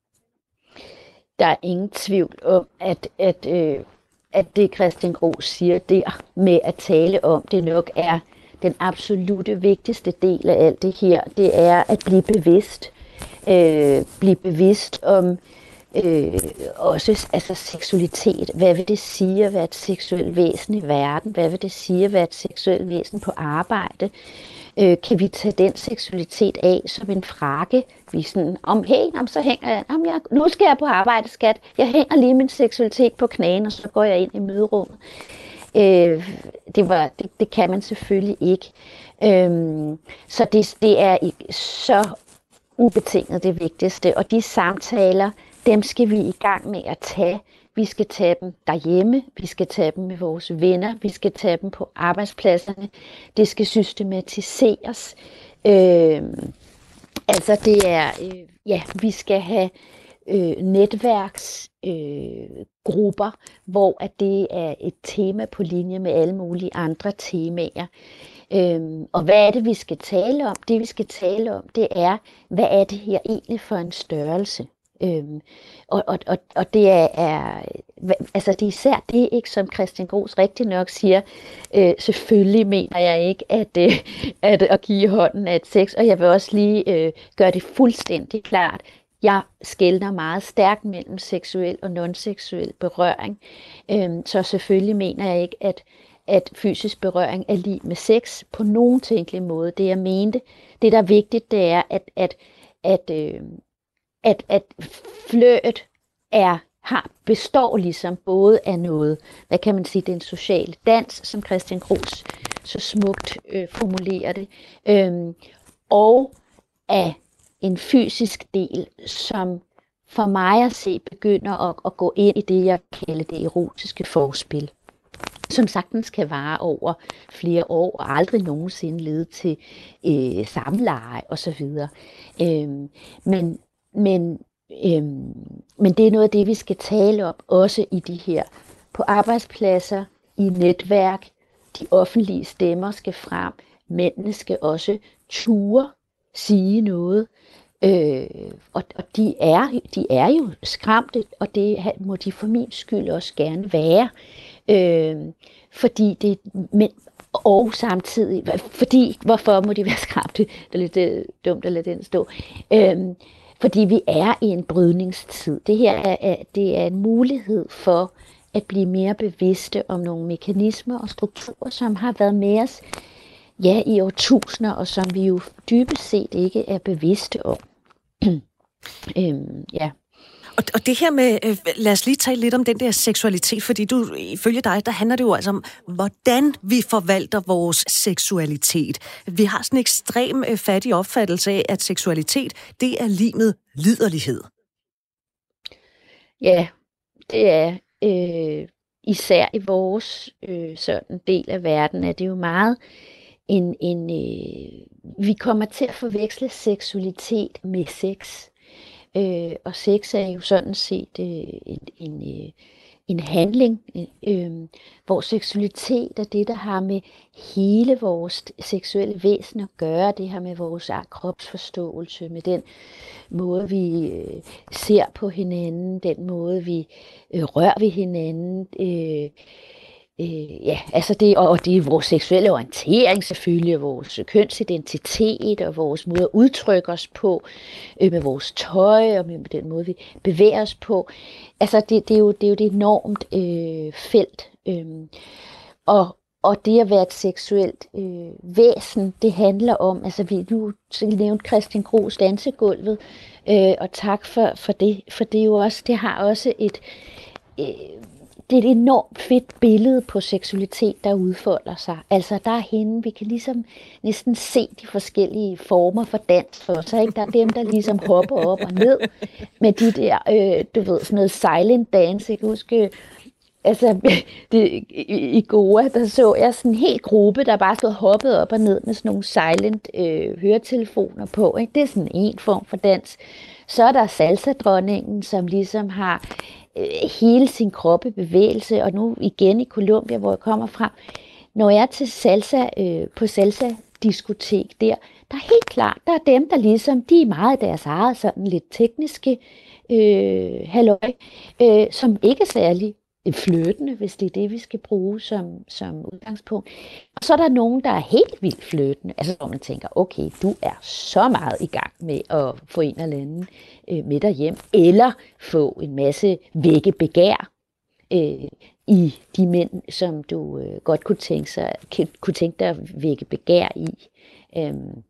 Der er ingen tvivl om, at, at, øh, at det Christian Gros siger der med at tale om det nok er den absolute vigtigste del af alt det her. Det er at blive bevidst. Øh, blive bevidst om Øh, også altså seksualitet. Hvad vil det sige at være et seksuelt væsen i verden? Hvad vil det sige at være et seksuelt væsen på arbejde? Øh, kan vi tage den seksualitet af som en frakke? Vi sådan, om hey, om så hænger jeg, om jeg, nu skal jeg på arbejde, skat. Jeg hænger lige min seksualitet på knæene, og så går jeg ind i møderummet. Øh, det, var, det, det kan man selvfølgelig ikke. Øhm, så det, det er så ubetinget det vigtigste, og de samtaler, dem skal vi i gang med at tage. Vi skal tage dem derhjemme, vi skal tage dem med vores venner, vi skal tage dem på arbejdspladserne. Det skal systematiseres. Øh, altså det er, øh, ja, vi skal have øh, netværksgrupper, øh, hvor at det er et tema på linje med alle mulige andre temaer. Øhm, og hvad er det, vi skal tale om? Det, vi skal tale om, det er, hvad er det her egentlig for en størrelse? Øhm, og, og, og, og det er, er, altså det er især det, ikke, som Christian Gros rigtig nok siger, øh, selvfølgelig mener jeg ikke, at, øh, at at give hånden er et sex, og jeg vil også lige øh, gøre det fuldstændig klart. Jeg skelner meget stærkt mellem seksuel og non-seksuel berøring, øhm, så selvfølgelig mener jeg ikke, at at fysisk berøring er lig med sex på nogen tænkelig måde. Det jeg mente, det der er vigtigt, det er, at, at, at, øh, at, at flirt er, har, består ligesom både af noget, hvad kan man sige, det er en social dans, som Christian Gros så smukt øh, formulerer det, øh, og af en fysisk del, som for mig at se begynder at, at gå ind i det, jeg kalder det erotiske forspil, som sagtens kan vare over flere år og aldrig nogensinde lede til øh, samleje osv. Øhm, men, men, øhm, men det er noget af det, vi skal tale om, også i de her på arbejdspladser, i netværk. De offentlige stemmer skal frem. Mændene skal også ture sige noget. Øh, og og de, er, de er jo skræmte, og det må de for min skyld også gerne være. Øh, fordi det men, og samtidig fordi hvorfor må de være skræmte? Det er lidt det, dumt at lade den stå. Øh, fordi vi er i en brydningstid. Det her er, er det er en mulighed for at blive mere bevidste om nogle mekanismer og strukturer, som har været med os ja i årtusinder, og som vi jo dybest set ikke er bevidste om. øh, ja. Og, og det her med, øh, lad os lige tale lidt om den der seksualitet, fordi du, ifølge dig, der handler det jo altså om, hvordan vi forvalter vores seksualitet. Vi har sådan en ekstrem øh, fattig opfattelse af, at seksualitet, det er lig med liderlighed. Ja, det er øh, især i vores øh, sådan del af verden, er det jo meget en, en øh, vi kommer til at forveksle seksualitet med sex. Øh, og sex er jo sådan set øh, en, en, øh, en handling, øh, hvor seksualitet er det, der har med hele vores seksuelle væsen at gøre. Det har med vores kropsforståelse, med den måde, vi øh, ser på hinanden, den måde, vi øh, rører ved hinanden. Øh, Øh, ja, altså det, og det er vores seksuelle orientering selvfølgelig, vores kønsidentitet og vores måde at udtrykke os på, øh, med vores tøj og med den måde, vi bevæger os på. Altså det, det, er, jo, det er jo det enormt øh, felt. Øh, og, og det at være et seksuelt øh, væsen, det handler om, altså vi nu nævnte Christian Gros dansegulvet, øh, og tak for, for det, for det er jo også, det har også et øh, det er et enormt fedt billede på seksualitet, der udfolder sig. Altså der er hende, vi kan ligesom næsten se de forskellige former for dans for sig. Ikke? Der er dem, der ligesom hopper op og ned med de der, øh, du ved, sådan noget silent dance. Jeg kan huske, altså det, i, i Goa, der så jeg sådan en hel gruppe, der bare stod hoppet op og ned med sådan nogle silent øh, høretelefoner på. Ikke? Det er sådan en form for dans. Så er der salsa-dronningen, som ligesom har hele sin krop i bevægelse, og nu igen i Colombia, hvor jeg kommer fra, når jeg er til salsa, øh, på salsa-diskotek der, der er helt klart, der er dem, der ligesom, de er meget deres eget, sådan lidt tekniske øh, halløj, øh, som ikke er særlig flirtende, hvis det er det, vi skal bruge som, som udgangspunkt. Og så er der nogen, der er helt vildt flirtende, altså hvor man tænker, okay, du er så meget i gang med at få en eller anden øh, med dig hjem, eller få en masse vække begær øh, i de mænd, som du øh, godt kunne tænke, sig, kunne tænke dig at vække begær i. Øhm.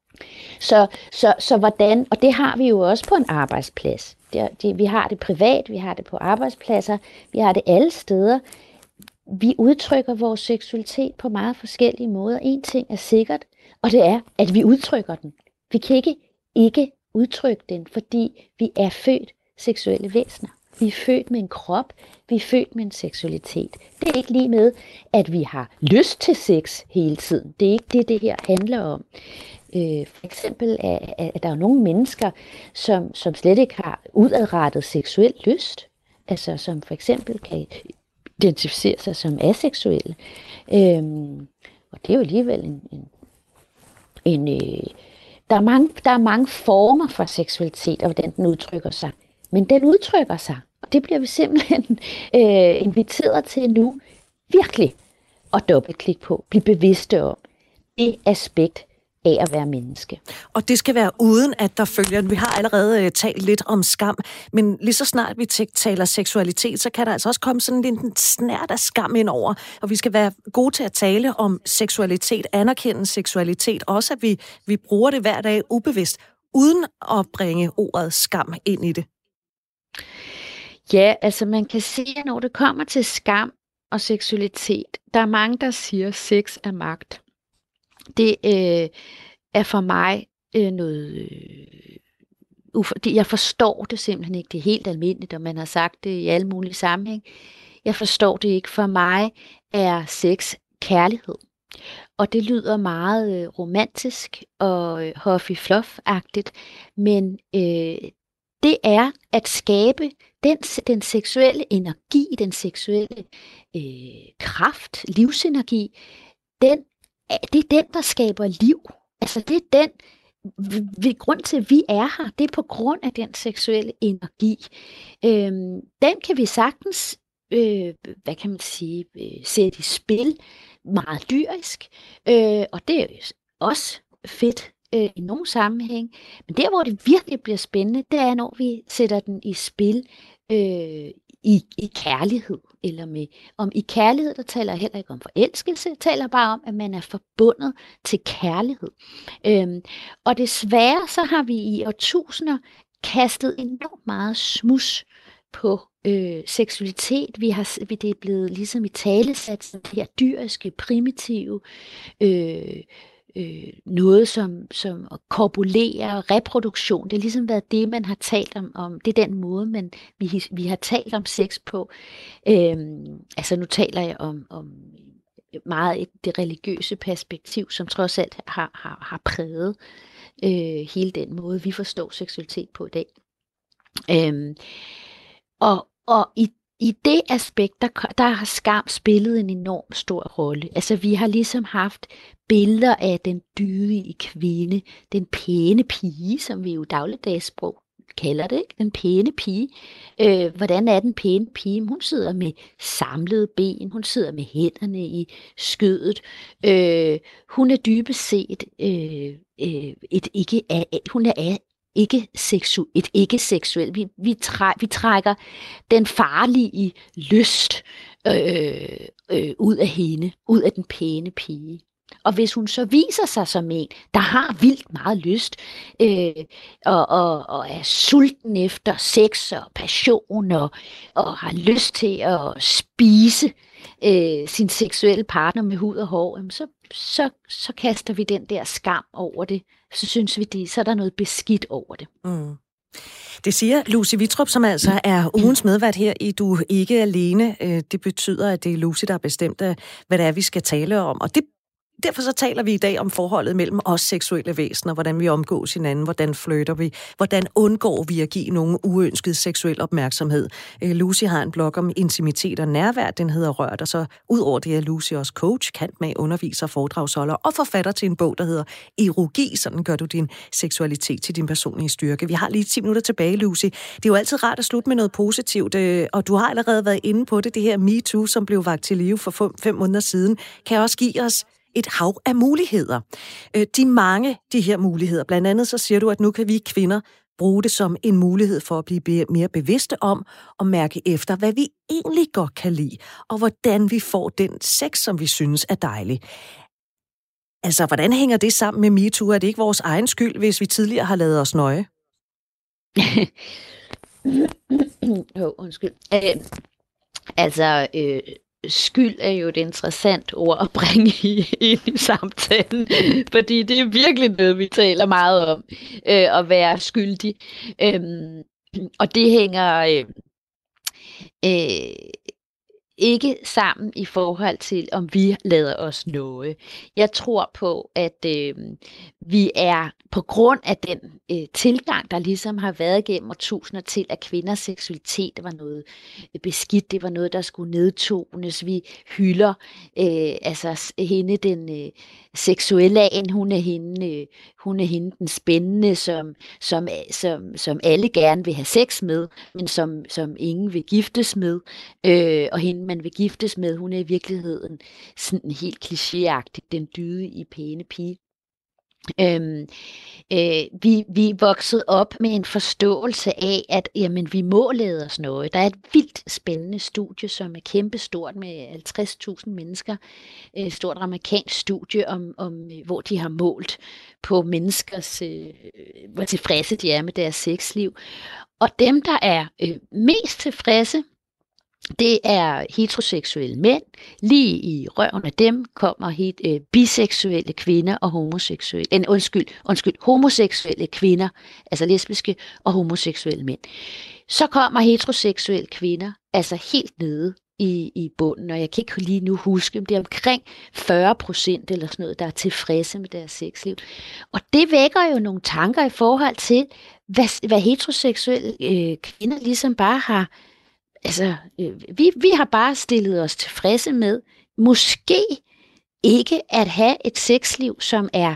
Så, så, så hvordan, og det har vi jo også på en arbejdsplads. Det, det, vi har det privat, vi har det på arbejdspladser, vi har det alle steder. Vi udtrykker vores seksualitet på meget forskellige måder. En ting er sikkert, og det er, at vi udtrykker den. Vi kan ikke ikke udtrykke den, fordi vi er født seksuelle væsener. Vi er født med en krop, vi er født med en seksualitet. Det er ikke lige med, at vi har lyst til sex hele tiden. Det er ikke det, det her handler om. Øh, for eksempel er, er der jo nogle mennesker, som, som slet ikke har udadrettet seksuel lyst. Altså som for eksempel kan identificere sig som aseksuelle. Øhm, og det er jo alligevel en... en, en øh, der, er mange, der er mange former for seksualitet, og hvordan den udtrykker sig. Men den udtrykker sig, og det bliver vi simpelthen øh, inviteret til nu virkelig at dobbeltklikke på, blive bevidste om det aspekt af at være menneske. Og det skal være uden, at der følger... Vi har allerede uh, talt lidt om skam, men lige så snart vi t- taler seksualitet, så kan der altså også komme sådan en snært af skam ind over, og vi skal være gode til at tale om seksualitet, anerkende seksualitet, også at vi, vi bruger det hver dag ubevidst, uden at bringe ordet skam ind i det. Ja, altså man kan sige, at når det kommer til skam og seksualitet, der er mange, der siger, at sex er magt. Det øh, er for mig øh, noget... Øh, uf- det, jeg forstår det simpelthen ikke. Det er helt almindeligt, og man har sagt det i alle mulige sammenhæng. Jeg forstår det ikke. For mig er sex kærlighed. Og det lyder meget øh, romantisk og øh, Huffy-Fluff-agtigt, men øh, det er at skabe den, den seksuelle energi, den seksuelle øh, kraft, livsenergi, den, det er den, der skaber liv. Altså det er den, ved grund til, at vi er her, det er på grund af den seksuelle energi. Øhm, den kan vi sagtens, øh, hvad kan man sige, øh, sætte i spil meget dyrisk, øh, og det er også fedt øh, i nogle sammenhæng. Men der, hvor det virkelig bliver spændende, det er, når vi sætter den i spil øh, i, i kærlighed. Eller med, om i kærlighed, der taler jeg heller ikke om forelskelse, jeg taler bare om, at man er forbundet til kærlighed. Øhm, og desværre så har vi i årtusinder kastet enormt meget smus på øh, seksualitet. Vi har, det er blevet ligesom i talesat, det her dyriske, primitive, øh, øh, noget som, som at korpulere, reproduktion. Det har ligesom været det, man har talt om. om det er den måde, man, vi, vi har talt om sex på. Øhm, altså nu taler jeg om, om meget et, det religiøse perspektiv, som trods alt har, har, har præget øh, hele den måde, vi forstår seksualitet på i dag. Øhm, og, og i I det aspekt, der, der har skam spillet en enorm stor rolle. Altså vi har ligesom haft billeder af den dydige kvinde, den pæne pige, som vi jo dagligdagssprog kalder det, ikke? Den pæne pige. Øh, hvordan er den pæne pige? Hun sidder med samlede ben, hun sidder med hænderne i skødet. Øh, hun er dybest set øh, øh, et ikke af, hun er af, ikke seksu, et ikke-seksuelt. Vi, vi, træ, vi trækker den farlige lyst øh, øh, ud af hende, ud af den pæne pige. Og hvis hun så viser sig som en, der har vildt meget lyst, øh, og, og, og er sulten efter sex og passion, og, og har lyst til at spise øh, sin seksuelle partner med hud og hår, så, så, så kaster vi den der skam over det. Så synes vi, det, så er der noget beskidt over det. Mm. Det siger Lucy Wittrup, som altså er ugens medvært her i Du Ikke Alene. Det betyder, at det er Lucy, der har bestemt, hvad det er, vi skal tale om. Og det Derfor så taler vi i dag om forholdet mellem os seksuelle væsener, hvordan vi omgås hinanden, hvordan flytter vi, hvordan undgår vi at give nogen uønsket seksuel opmærksomhed. Lucy har en blog om intimitet og nærvær, den hedder Rørt, og så udover det er Lucy også coach, kant med underviser, foredragsholder og forfatter til en bog, der hedder Erogi, sådan gør du din seksualitet til din personlige styrke. Vi har lige ti minutter tilbage, Lucy. Det er jo altid rart at slutte med noget positivt, og du har allerede været inde på det, det her MeToo, som blev vakt til live for fem, fem måneder siden, kan også give os et hav af muligheder. De mange, de her muligheder. Blandt andet så siger du, at nu kan vi kvinder bruge det som en mulighed for at blive mere bevidste om og mærke efter, hvad vi egentlig godt kan lide, og hvordan vi får den sex, som vi synes er dejlig. Altså, hvordan hænger det sammen med MeToo? Er det ikke vores egen skyld, hvis vi tidligere har lavet os nøje? Jo, undskyld. Øh, altså, øh, skyld er jo et interessant ord at bringe i, ind i samtalen, fordi det er virkelig noget, vi taler meget om, øh, at være skyldig. Øhm, og det hænger øh, øh, ikke sammen i forhold til, om vi lader os noget. Jeg tror på, at øh, vi er på grund af den øh, tilgang, der ligesom har været gennem årtusinder til, at kvinders seksualitet var noget beskidt, det var noget, der skulle nedtones. Vi hylder øh, altså hende, den øh, seksuelle an, hun er hende, øh, hun er hende den spændende, som, som, som, som alle gerne vil have sex med, men som, som ingen vil giftes med. Øh, og hende, man vil giftes med, hun er i virkeligheden sådan helt klichéagtig, den dydige pæne pige. Øhm, øh, vi, vi voksede op med en forståelse af, at jamen, vi må lade os noget. Der er et vildt spændende studie, som er kæmpestort med halvtreds tusind mennesker. Et stort amerikansk studie, om, om, hvor de har målt på menneskers, øh, hvor tilfredse de er med deres sexliv. Og dem, der er øh, mest tilfredse, det er heteroseksuelle mænd. Lige i røven af dem kommer het, øh, biseksuelle kvinder og homoseksuelle, øh, undskyld, undskyld, homoseksuelle kvinder, altså lesbiske og homoseksuelle mænd. Så kommer heteroseksuelle kvinder, altså helt nede i, i bunden, og jeg kan ikke lige nu huske, det er omkring fyrre procent eller sådan noget, der er tilfredse med deres sexliv. Og det vækker jo nogle tanker i forhold til, hvad, hvad heteroseksuelle øh, kvinder ligesom bare har. Altså, øh, vi, vi har bare stillet os tilfredse med, måske ikke at have et sexliv, som er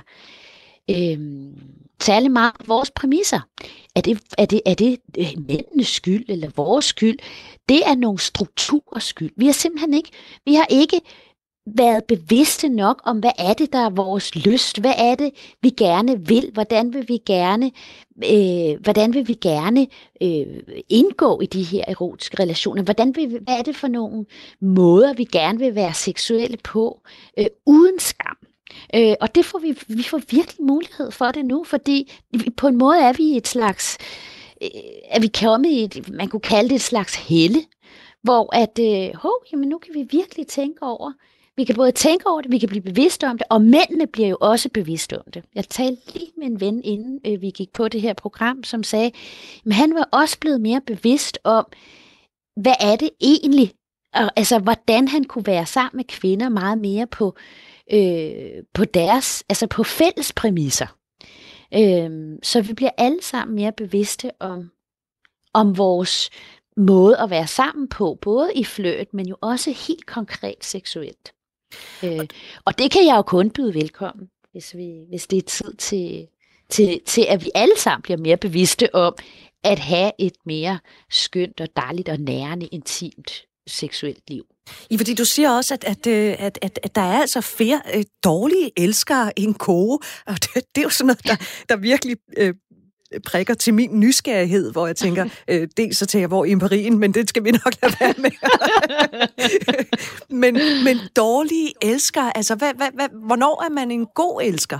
øh, særlig meget vores præmisser. Er det, er det, er det mændenes skyld, eller vores skyld? Det er nogle strukturers skyld. Vi har simpelthen ikke, vi har ikke været bevidste nok om, hvad er det, der er vores lyst? Hvad er det, vi gerne vil? Hvordan vil vi gerne, øh, hvordan vil vi gerne øh, indgå i de her erotiske relationer? Hvordan vil vi, hvad er det for nogle måder, vi gerne vil være seksuelle på, øh, uden skam? Øh, og det får vi, vi får virkelig mulighed for det nu, fordi på en måde er vi i et slags, øh, er vi kommet i et, man kunne kalde det et slags helle, hvor at, øh, hov, jamen nu kan vi virkelig tænke over. Vi kan både tænke over det, vi kan blive bevidste om det, og mændene bliver jo også bevidste om det. Jeg talte lige med en ven, inden øh, vi gik på det her program, som sagde, at han var også blevet mere bevidst om, hvad er det egentlig, og, altså hvordan han kunne være sammen med kvinder meget mere på, øh, på deres, altså på fælles præmisser. Øh, så vi bliver alle sammen mere bevidste om, om vores måde at være sammen på, både i flirt, men jo også helt konkret seksuelt. Øh, og det kan jeg jo kun byde velkommen, hvis, vi, hvis det er tid til, til, til, at vi alle sammen bliver mere bevidste om at have et mere skønt og dejligt og nærende, intimt seksuelt liv. Ja, fordi du siger også, at, at, at, at, at der er altså flere øh, dårlige elskere end gode, og det, det er jo sådan noget, der, der virkelig øh, prikker til min nysgerrighed, hvor jeg tænker, øh, dels så tænker jeg, hvor i empirien, men det skal vi nok lade være med. men, men dårlige elskere, altså hvad, hvad, hvad, hvornår er man en god elsker?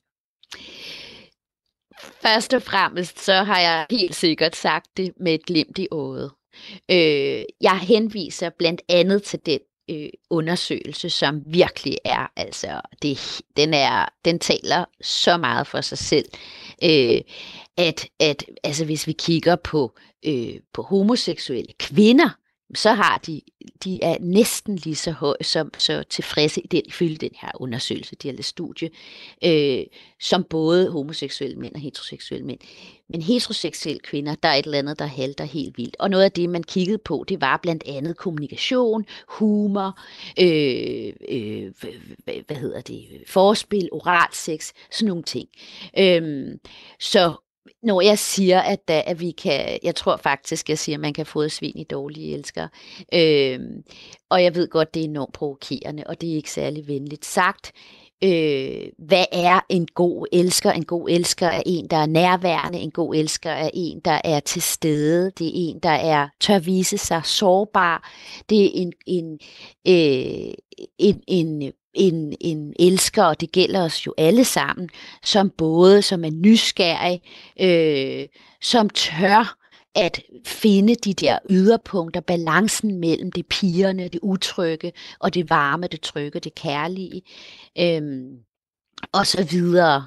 Først og fremmest, så har jeg helt sikkert sagt det med et glimt i øjet. Øh, jeg henviser blandt andet til den øh, undersøgelse, som virkelig er, altså, det, den, er, den taler så meget for sig selv, øh, at, at altså, hvis vi kigger på, øh, på homoseksuelle kvinder, så har de, de er næsten lige så høje som så tilfredse i den, ifølge den her undersøgelse, det her studie, øh, som både homoseksuelle mænd og heteroseksuelle mænd. Men heteroseksuelle kvinder, der er et eller andet, der halter helt vildt. Og noget af det, man kiggede på, det var blandt andet kommunikation, humor, øh, øh, hvad hedder det, forspil, oralsex, sådan nogle ting. Øh, så når jeg siger, at, da, at vi kan, jeg tror faktisk, jeg siger, at man kan få svin i dårlige elskere. Øhm, og jeg ved godt, det er enormt provokerende, og det er ikke særlig venligt sagt. Øh, hvad er en god elsker? En god elsker er en, der er nærværende. En god elsker er en, der er til stede. Det er en, der er tør vise sig sårbar. Det er en, en, øh, en, en En, en elsker, og det gælder os jo alle sammen, som både som er nysgerrig, øh, som tør at finde de der yderpunkter, balancen mellem det pirrende, det utrygge, og det varme, det trygge, det kærlige, øhm, og så videre.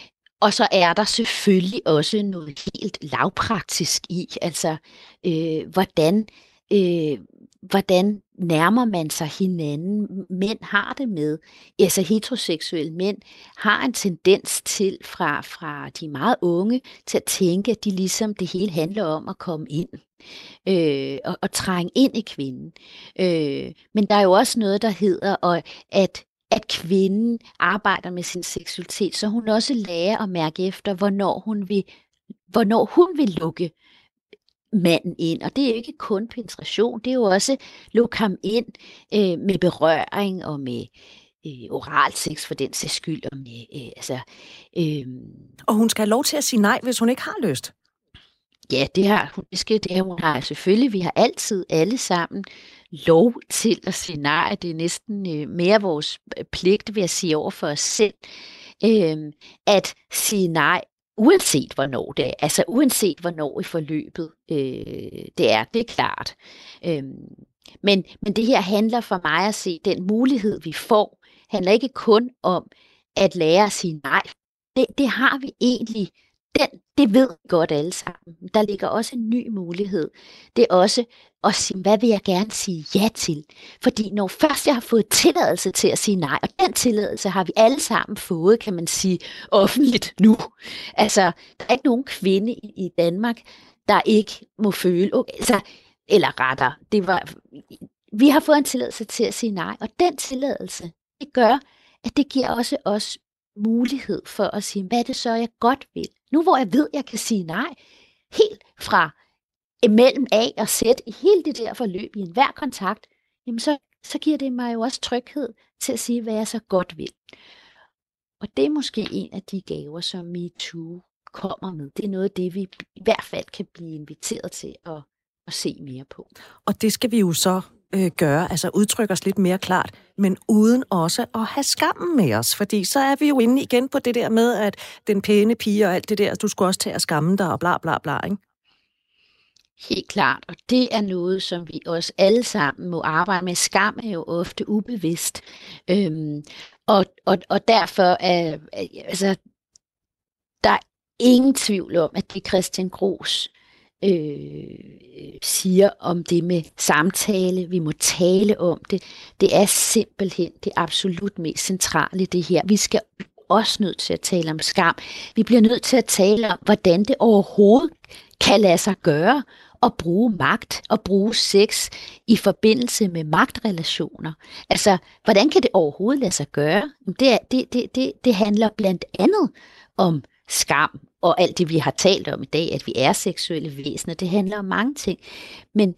Og så er der selvfølgelig også noget helt lavpraktisk i, altså øh, hvordan, øh, hvordan nærmer man sig hinanden. Mænd har det med, altså heteroseksuelle mænd har en tendens til fra, fra de meget unge til at tænke, at de ligesom det hele handler om at komme ind øh, og, og trænge ind i kvinden. Øh, men der er jo også noget, der hedder, og at at kvinden arbejder med sin seksualitet, så hun også lærer at mærke efter, hvornår hun vil, hvornår hun vil lukke manden ind. Og det er jo ikke kun penetration, det er jo også lukke ham ind øh, med berøring og med øh, oral sex for den sags skyld. Og, med, øh, altså, øh, og hun skal have lov til at sige nej, hvis hun ikke har lyst. Ja, det har hun, det skal, det har hun har selvfølgelig. Vi har altid alle sammen lov til at sige nej. Det er næsten øh, mere vores pligt, vil jeg sige, over for os selv, øh, at sige nej, uanset hvornår det er. Altså uanset hvornår i forløbet øh, det er, det er klart. Øh, men, men det her handler for mig at se, den mulighed vi får, handler ikke kun om at lære at sige nej. Det, det har vi egentlig. Den, det ved vi godt alle sammen. Der ligger også en ny mulighed. Det er også at sige, hvad vil jeg gerne sige ja til? Fordi når først jeg har fået tilladelse til at sige nej, og den tilladelse har vi alle sammen fået, kan man sige, offentligt nu. Altså, der er ikke nogen kvinde i, i Danmark, der ikke må føle, okay, altså, eller retter, det var, vi har fået en tilladelse til at sige nej, og den tilladelse, det gør, at det giver også os mulighed for at sige, hvad er det så, jeg godt vil? Nu hvor jeg ved, jeg kan sige nej, helt fra imellem A og Z, i hele det der forløb, i enhver kontakt, jamen så, så giver det mig jo også tryghed til at sige, hvad jeg så godt vil. Og det er måske en af de gaver, som MeToo kommer med. Det er noget af det, vi i hvert fald kan blive inviteret til at, at se mere på. Og det skal vi jo så øh, gøre, altså udtrykke os lidt mere klart, men uden også at have skammen med os, fordi så er vi jo inde igen på det der med, at den pæne pige og alt det der, du skulle også tage at skamme dig og bla bla bla, ikke? Helt klart, og det er noget, som vi også alle sammen må arbejde med. Skam er jo ofte ubevidst, øhm, og, og, og derfor er altså, der er ingen tvivl om, at det Christian Gros øh, siger om det med samtale, vi må tale om det, det er simpelthen det absolut mest centrale i det her. Vi skal også nødt til at tale om skam. Vi bliver nødt til at tale om, hvordan det overhovedet kan lade sig gøre at bruge magt og bruge sex i forbindelse med magtrelationer. Altså, hvordan kan det overhovedet lade sig gøre? Det, er, det, det, det, det handler blandt andet om skam og alt det, vi har talt om i dag, at vi er seksuelle væsener. Det handler om mange ting. Men,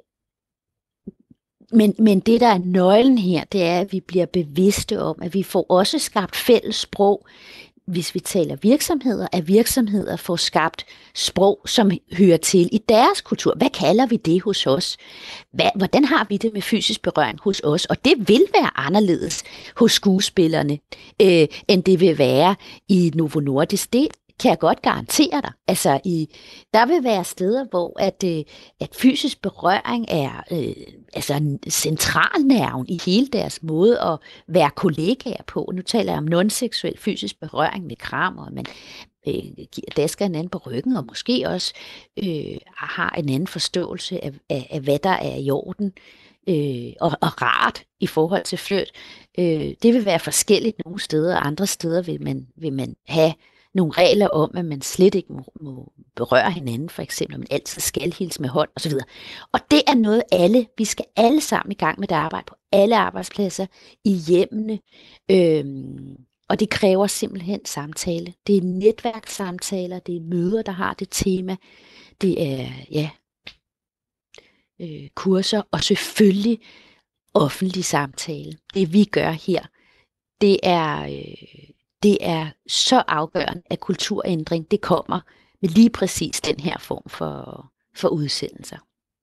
men, men det, der er nøglen her, det er, at vi bliver bevidste om, at vi får også skabt fælles sprog. Hvis vi taler virksomheder, at virksomheder får skabt sprog, som hører til i deres kultur. Hvad kalder vi det hos os? Hvad, hvordan har vi det med fysisk berøring hos os? Og det vil være anderledes hos skuespillerne, øh, end det vil være i Novo Nordisk. Det kan jeg godt garantere dig. Altså, i, der vil være steder, hvor at, øh, at fysisk berøring er øh, altså centralnerven i hele deres måde at være kollegaer på. Nu taler jeg om non-seksuel fysisk berøring med kram, og man øh, dasker en anden på ryggen, og måske også øh, har en anden forståelse af, af, af, hvad der er i orden øh, og, og rart i forhold til flirt. Øh, det vil være forskelligt nogle steder, og andre steder vil man, vil man have nogle regler om, at man slet ikke må, må berøre hinanden, for eksempel, at man altid skal hilse med hånd, osv. Og det er noget alle, vi skal alle sammen i gang med det arbejde på alle arbejdspladser, i hjemmene, øhm, og det kræver simpelthen samtale. Det er netværkssamtaler, det er møder, der har det tema, det er, ja, øh, kurser, og selvfølgelig offentlig samtale. Det vi gør her, det er... Øh, Det er så afgørende, at kulturændring, det kommer med lige præcis den her form for, for udsendelser.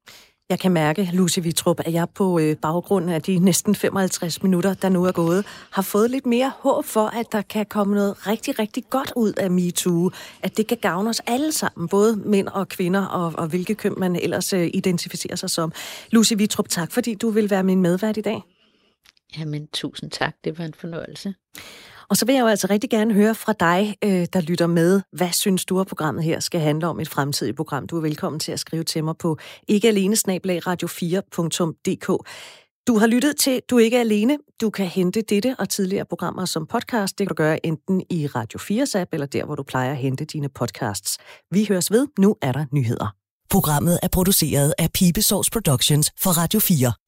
Jeg kan mærke, Lucy Vittrup, at jeg på øh, baggrund af de næsten femoghalvtreds minutter, der nu er gået, har fået lidt mere håb for, at der kan komme noget rigtig, rigtig godt ud af MeToo. At det kan gavne os alle sammen, både mænd og kvinder, og, og hvilke køn man ellers øh, identificerer sig som. Lucy Vittrup, tak fordi du vil være min medvært i dag. Jamen, tusind tak. Det var en fornøjelse. Og så vil jeg jo altså rigtig gerne høre fra dig, der lytter med. Hvad synes du, at programmet her skal handle om, et fremtidigt program? Du er velkommen til at skrive til mig på ikkealene snabel-a radio fire punktum d k. Du har lyttet til Du er ikke alene. Du kan hente dette og tidligere programmer som podcast. Det kan du gøre enten i Radio fires app, eller der, hvor du plejer at hente dine podcasts. Vi høres ved. Nu er der nyheder. Programmet er produceret af Pibesovs Productions for Radio fire.